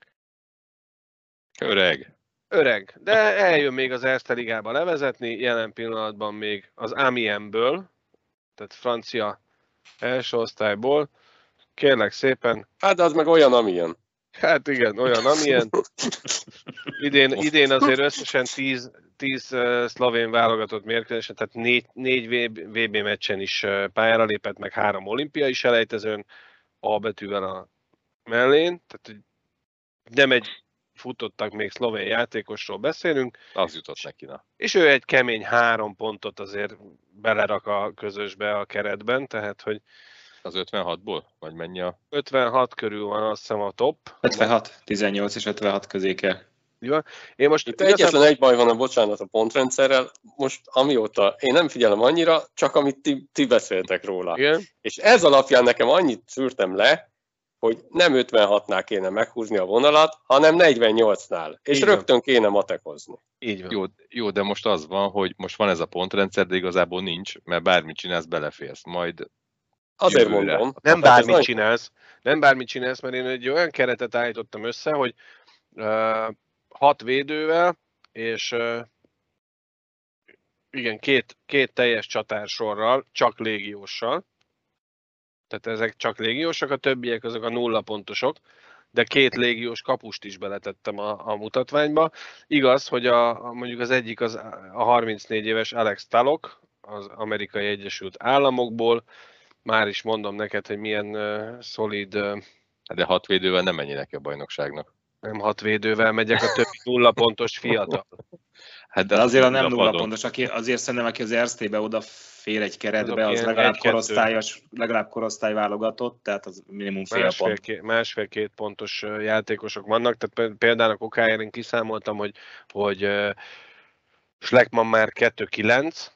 Öreg. Öreg, de eljön még az Erste Ligába levezetni, jelen pillanatban még az Amiensből, tehát francia első osztályból. Kérlek szépen. Hát de az meg olyan, amilyen. Hát igen, olyan, amilyen. Idén, idén azért összesen tíz szlovén válogatott mérkőzésen, tehát négy, négy vé bé meccsen is pályára lépett, meg három olimpiai selejtezőn, A betűvel a mellén. Tehát nem egy futottak még szlovén játékosról beszélünk. Az jutott neki, na. És ő egy kemény három pontot azért belerak a közösbe a keretben, tehát hogy az ötvenhatból? Vagy mennyi a... ötvenhat körül van, azt hiszem a top. ötvenhat, tizennyolc és ötvenhat közé kell. Jó. Én most itt egyetlen igazán... egy baj van a bocsánat a pontrendszerrel, most amióta én nem figyelem annyira, csak amit ti, ti beszéltek róla. Igen. És ez alapján nekem annyit szűrtem le, hogy nem ötvenhatnál kéne meghúzni a vonalat, hanem negyvennyolcnál. És így rögtön van. Kéne matekozni. Így van. Jó, jó, de most az van, hogy most van ez a pontrendszer, de igazából nincs, mert bármit csinálsz, beleférsz. Majd azért jövőre. Mondom. Nem hát bármit csinálsz. Nem bármit csinálsz, mert én egy olyan keretet állítottam össze, hogy uh, hat védővel, és uh, igen, két, két teljes csatársorral, csak légióssal. Tehát ezek csak légiósak, a többiek azok a nulla pontosok, de két légiós kapust is beletettem a, a mutatványba. Igaz, hogy a, a, mondjuk az egyik az a harmincnégy éves Alex Talok, az Amerikai Egyesült Államokból. Már is mondom neked, hogy milyen uh, szolid... Uh, de hat védővel nem menj neki a bajnokságnak. Nem hat védővel megyek, a többi nulla pontos fiatal. Hát de azért a nem nulla pontos, aki, azért szerintem, aki az Erstébe odafér egy keretbe, az, az legalább, korosztályos, legalább korosztály válogatott, tehát az minimum fél másfél, pont. Ké, másfél-két pontos játékosok vannak, tehát például a okáért én kiszámoltam, hogy, hogy uh, Schleckmann már kettő kilenc.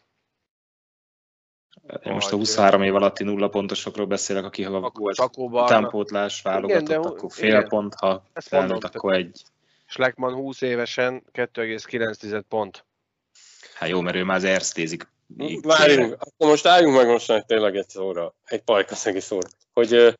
Én most a huszonhárom év alatti nulla pontosokról beszélek, aki ha volt utánpótlás válogatott, igen, akkor fél igen, pont, ha felnőtt, akkor egy. Schleckmann húsz évesen kettő egész kilenc pont. Hát jó, mert ő már az erstézik. Várjunk, akkor most álljunk meg most tényleg egy szóra, egy pajkaszegi szóra, hogy uh,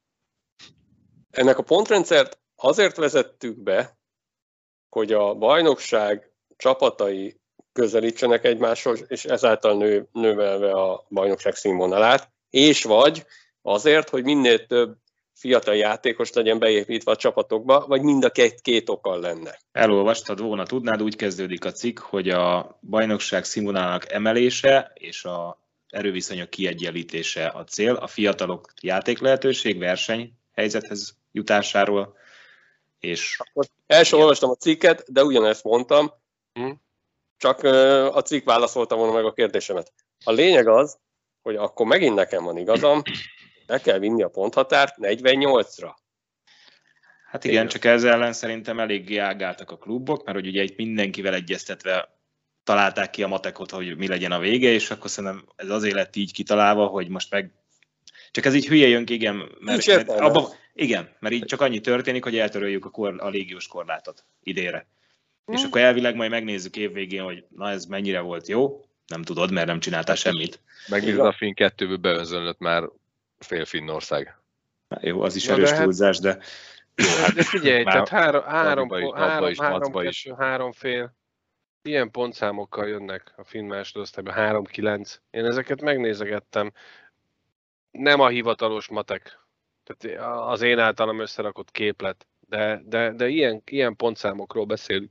ennek a pontrendszert azért vezettük be, hogy a bajnokság csapatai közelítsenek egymáshoz, és ezáltal nő, növelve a bajnokság színvonalát, és vagy azért, hogy minél több fiatal játékos legyen beépítve a csapatokba, vagy mind a két, két okkal lenne. Elolvastad volna, tudnád, úgy kezdődik a cikk, hogy a bajnokság színvonalának emelése és a erőviszonyok kiegyenlítése a cél, a fiatalok játéklehetőség, versenyhelyzethez jutásáról, és... Akkor első olvastam a cikket, de ugyanezt mondtam, hmm. csak a cikk válaszolta volna meg a kérdésemet. A lényeg az, hogy akkor megint nekem van igazam, le kell vinni a ponthatárt negyvennyolcra. Hát igen, csak ezzel ellen szerintem eléggé ágáltak a klubok, mert hogy ugye itt mindenkivel egyeztetve találták ki a matekot, hogy mi legyen a vége, és akkor szerintem ez azért lett így kitalálva, hogy most meg... Csak ez így hülye jön ki, igen, mert, mert abba, igen, mert így csak annyi történik, hogy eltöröljük a, kor, a légiós korlátot idénre. Hmm. És akkor elvileg majd megnézzük évvégén, hogy na ez mennyire volt jó, nem tudod, mert nem csináltál semmit. Megnézed a Finn kettőből beönzönlött már fél Finnország. Jó, az is erős túlzás, de... Jó, hát de figyelj, tehát három, három, három, három, három, kettő, három fél, ilyen pontszámokkal jönnek a finn másodosztályban, három kilenc. Én ezeket megnézegettem. Nem a hivatalos matek, tehát az én általam összerakott képlet, de, de, de ilyen, ilyen pontszámokról beszélünk.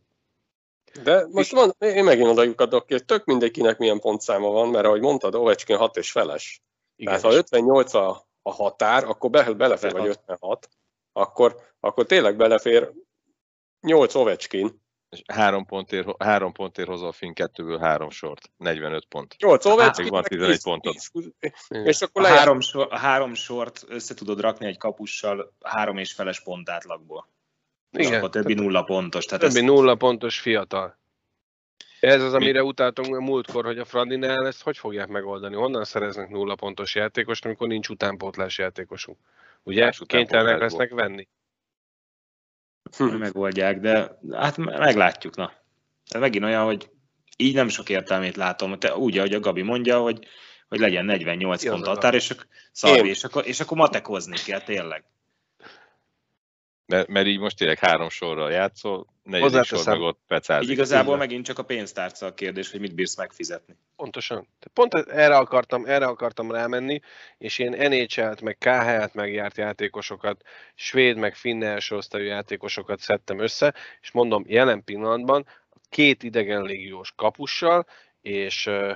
De most van, én megint odajukadok ki, hogy tök mindenkinek milyen pontszáma van, mert ahogy mondtad, Ovechkin hat és feles. Igen, tehát ha ötvennyolc a, a határ, akkor be, belefér, vagy ötvenhat, akkor, akkor tényleg belefér nyolc Ovechkin. És három pontért, három pontért hozol Finn kettőből három sort. negyvenöt pont. nyolc Ovechkin, van tizenegy pontot. És akkor A lehet... három, sor, a három sort össze tudod rakni egy kapussal három és feles pont átlagból. És Igen. akkor többi nulla pontos. Tehát Többi ez... nulla pontos fiatal. Ez az, amire utáltunk a múltkor, hogy a Fradinál ezt hogy fogják megoldani? Honnan szereznek nulla pontos játékost, amikor nincs utánpótlás játékosunk? Ugye? Más Kénytelenek utánpótlásból. lesznek venni. megoldják, de hát meglátjuk, na. Ez megint olyan, hogy így nem sok értelmét látom. Te úgy, ahogy a Gabi mondja, hogy, hogy legyen negyvennyolc Igaz, pont az határ, és, ak- szarvi, és, akkor, és akkor matekozni kell tényleg. Mert, mert így most tényleg három sorral játszol, negyedik sor Hozzáteszem. meg ott pecázik. Így igazából Igen. megint csak a pénztárca a kérdés, hogy mit bírsz megfizetni. Pontosan. Pont erre akartam, erre akartam rámenni, és én en há el-t, meg ká há el-t megjárt játékosokat, svéd, meg finn első osztályú játékosokat szedtem össze, és mondom, jelen pillanatban két idegen légiós kapussal, és uh,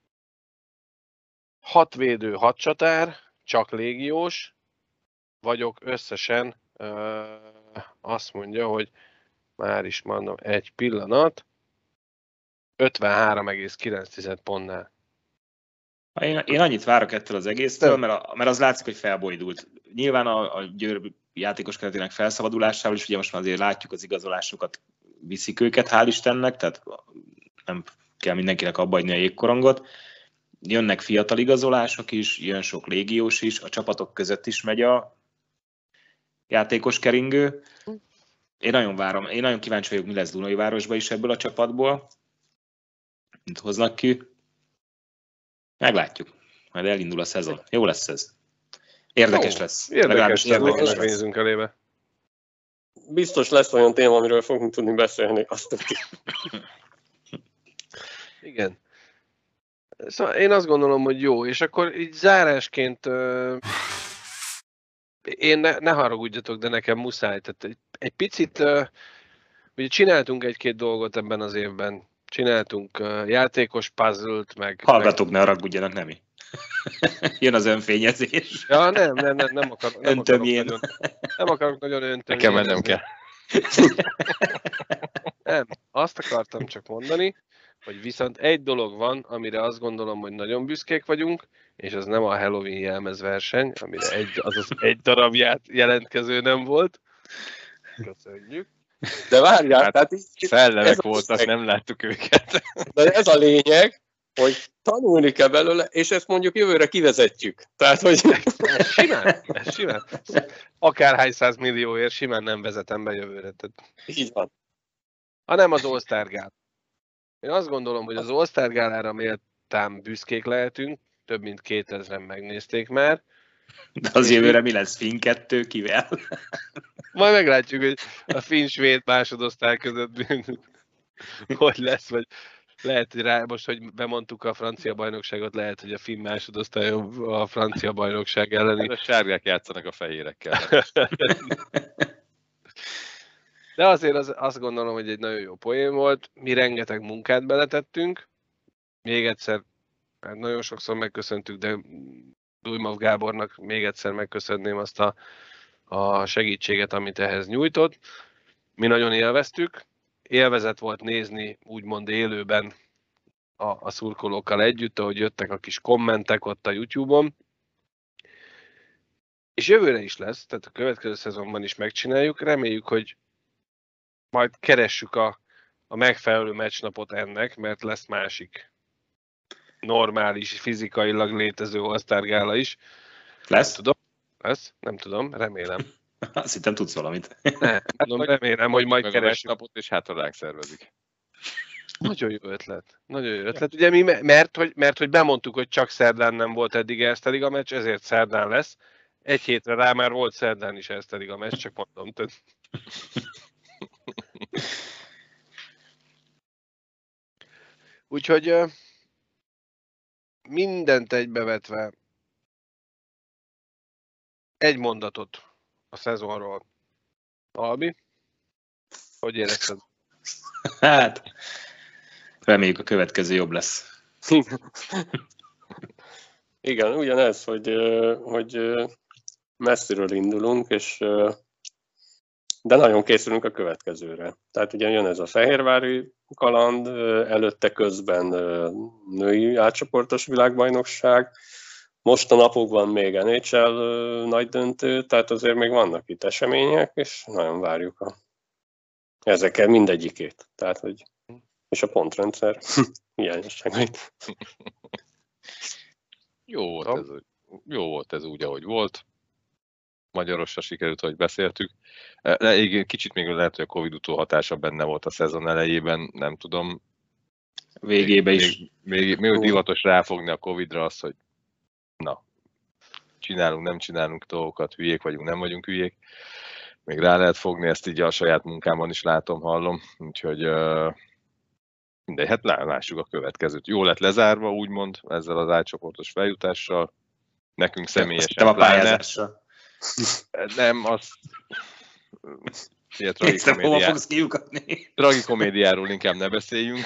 hat védő, hat csatár, csak légiós, vagyok összesen, uh, azt mondja, hogy már is mondom, egy pillanat, ötvenhárom egész kilenc pontnál. Én, én annyit várok ettől az egésztől, mert, a, mert az látszik, hogy felbojdult. Nyilván a, a Győr játékos keretének felszabadulásával is, ugye most már azért látjuk az igazolásokat, viszik őket, hál' Istennek, tehát nem kell mindenkinek abba hagyni a jégkorongot. Jönnek fiatal igazolások is, jön sok légiós is, a csapatok között is megy a játékos keringő. Én nagyon várom, én nagyon kíváncsi vagyok, mi lesz Dunajvárosban is ebből a csapatból. Mit hoznak ki? Meglátjuk. Majd elindul a szezon. Jó lesz ez. Érdekes Jó, lesz. Érdekes, érdekes érdekes lesz. nézünk elébe. Biztos lesz olyan téma, amiről fogunk tudni beszélni. Azt tudjuk. Igen. Szóval én azt gondolom, hogy jó, és akkor így zárásként uh, én ne, ne haragudjatok, de nekem muszáj. Tehát egy, egy picit, uh, ugye csináltunk egy-két dolgot ebben az évben. Csináltunk uh, játékos puzzle-t, meg... Hallgatók, ne haragudjanak, nemi. Jön az önfényezés. Ja, nem, nem, nem, nem, akar, nem, akarok, Öntömjén. nagyon, nem akarok nagyon öntömjén. Nekem mennem kell. Nem, azt akartam csak mondani, hogy viszont egy dolog van, amire azt gondolom, hogy nagyon büszkék vagyunk, és az nem a Halloween jelmezverseny, amire egy, azaz egy darab jelentkező nem volt. Köszönjük. De várjál, Hát, tehát így, Szellemek ez a voltak, lényeg. nem láttuk őket. De ez a lényeg, hogy tanulni kell belőle, és ezt mondjuk jövőre kivezetjük. Tehát, hogy... Ez simán, ez simán. Akárhány száz millióért simán nem vezetem be jövőre. Tehát, Így van. hanem az All-Star Gál. Én azt gondolom, hogy az All-Star Gálára méltán büszkék lehetünk, több mint kétezren megnézték már. De az jövőre mi lesz? Finn kettő kivel? Majd meglátjuk, hogy a finn-svéd másodosztály között hogy lesz, vagy lehet, hogy rá, most, hogy bemondtuk a francia bajnokságot, lehet, hogy a finn másodosztály a francia bajnokság elleni. A sárgák játszanak a fehérekkel. De azért az, azt gondolom, hogy egy nagyon jó poén volt. Mi rengeteg munkát beletettünk. Még egyszer, hát nagyon sokszor megköszöntük, de Dujmov Gábornak még egyszer megköszönném azt a, a segítséget, amit ehhez nyújtott. Mi nagyon élveztük. Élvezet volt nézni, úgymond élőben a, a szurkolókkal együtt, ahogy jöttek a kis kommentek ott a YouTube-on. És jövőre is lesz, tehát a következő szezonban is megcsináljuk. Reméljük, hogy majd keressük a, a megfelelő meccsnapot ennek, mert lesz másik normális, fizikailag létező All-Star Gála is. Lesz? Nem tudom, lesz? Nem tudom, remélem. Azt hittem tudsz valamit. Nem, tudom, remélem, hogy majd Meg a keressük. napot, és hát ránk szervezik. Nagyon jó ötlet. Nagyon jó ötlet. Ugye mi, mert, hogy, mert hogy bemondtuk, hogy csak szerdán nem volt eddig Erste Liga meccs, ezért szerdán lesz. Egy hétre rá már volt szerdán is Erste Liga meccs, csak mondom. Tehát... Úgyhogy mindent egybevetve egy mondatot a szezonról. Albi, hogy érezted? Hát, reméljük a következő jobb lesz. Igen, ugyanez, hogy, hogy messziről indulunk, és de nagyon készülünk a következőre. Tehát ugye jön ez a fehérvári kaland, előtte közben női átcsoportos világbajnokság, most a napokban még en há el nagy döntő, tehát azért még vannak itt események, és nagyon várjuk a ezekkel mindegyikét. Tehát, hogy és a pontrendszer hiányosságait. Jó volt, ez, jó volt ez úgy, ahogy volt. Magyarossal sikerült, hogy beszéltük. Kicsit még lehet, hogy a Covid utóhatása benne volt a szezon elejében, nem tudom. Végébe is. Még, még, még divatos ráfogni a Covidra azt, hogy na, csinálunk, nem csinálunk dolgokat, hülyék vagyunk, nem vagyunk hülyék. Még rá lehet fogni, ezt így a saját munkámban is látom, hallom. Úgyhogy uh, mindegy, hát lássuk a következőt. Jó lett lezárva, úgymond, ezzel az átcsoportos feljutással. Nekünk személyesen. A pályázással. Nem, az... Néztem, hova fogsz kiukadni. Tragikomédiáról inkább ne beszéljünk.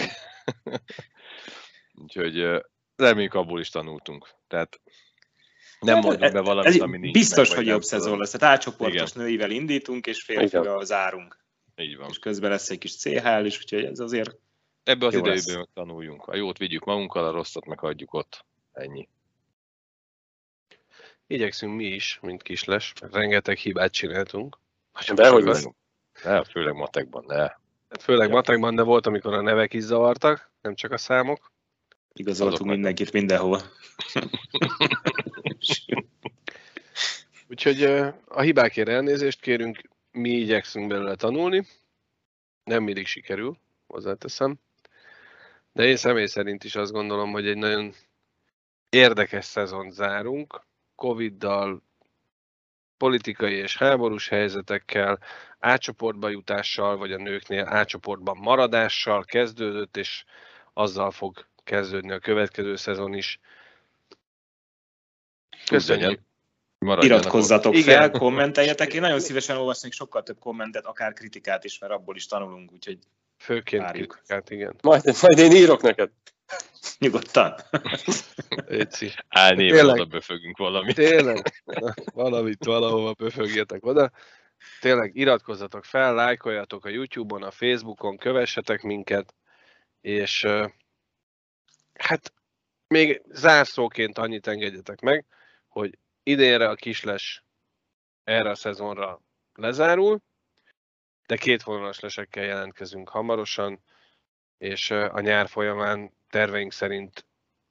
Úgyhogy reméljük, abból is tanultunk. Tehát nem mondunk be valamit, ami nincs. Biztos, meg, hogy jobb szezon lesz. Tehát átcsoportos nőivel indítunk, és férfival zárunk. Így van. És közben lesz egy kis cé há el is, úgyhogy ez azért ebbe az időben meg tanuljunk. A jót vigyük magunkkal, a rosszat meg hagyjuk ott. Ennyi. Igyekszünk mi is, mint Kisles, rengeteg hibát csináltunk. De hogy az? De, főleg matekban, de. Főleg ja. matekban, de volt, amikor a nevek is zavartak, nem csak a számok. Igazoltunk mindenkit mindenhova. Úgyhogy a hibákért elnézést kérünk, mi igyekszünk belőle tanulni. Nem mindig sikerül, hozzáteszem. De én személy szerint is azt gondolom, hogy egy nagyon érdekes szezont zárunk. Coviddal, politikai és háborús helyzetekkel, átcsoportba jutással, vagy a nőknél átcsoportban maradással kezdődött, és azzal fog kezdődni a következő szezon is. Köszönjük! Iratkozzatok fel, kommenteljetek. Én nagyon szívesen olvasnék sokkal több kommentet, akár kritikát is, mert abból is tanulunk, úgyhogy főként várjuk. kritikát, igen. Majd, majd én írok neked. Nyugodtan. Álnéven oda böfögünk valamit. Tényleg, na, valamit valahova böfögjetek oda. Tényleg iratkozzatok fel, lájkoljatok a YouTube-on, a Facebookon, kövessetek minket, és hát még zárszóként annyit engedjetek meg, hogy idénre a Kisles erre a szezonra lezárul, de két vonalas lesekkel jelentkezünk hamarosan, és a nyár folyamán terveink szerint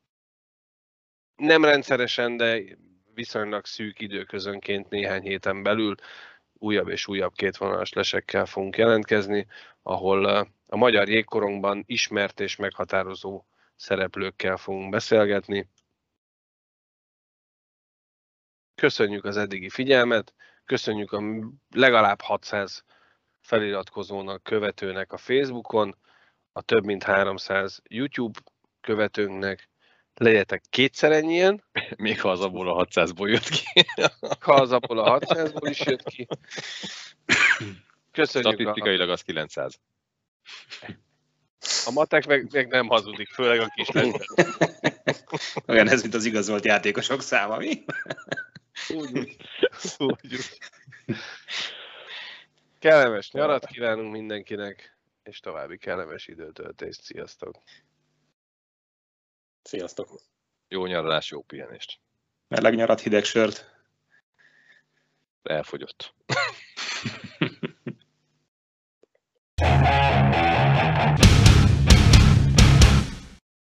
nem rendszeresen, de viszonylag szűk időközönként néhány héten belül újabb és újabb kétvonalas lesekkel fogunk jelentkezni, ahol a magyar jégkorongban ismert és meghatározó szereplőkkel fogunk beszélgetni. Köszönjük az eddigi figyelmet, köszönjük a legalább hatszáz feliratkozónak, követőnek a Facebookon, a több mint háromszáz YouTube követőnknek, legyetek kétszer ennyien. Még ha az abból a hatszázból jött ki. Ha az abból a hatszázból is jött ki. Köszönjük. Statisztikailag az kilencszáz. A matek meg, meg nem hazudik, főleg a Kislesben. Olyan ez, mint az igazolt játékosok száma, mi? Úgy, úgy. úgy. Kellemes nyarat kívánunk mindenkinek, és további kellemes időtöltést. Sziasztok! Sziasztok! Jó nyaralás, jó pihenést! Meleg nyarat, hideg sört. Elfogyott.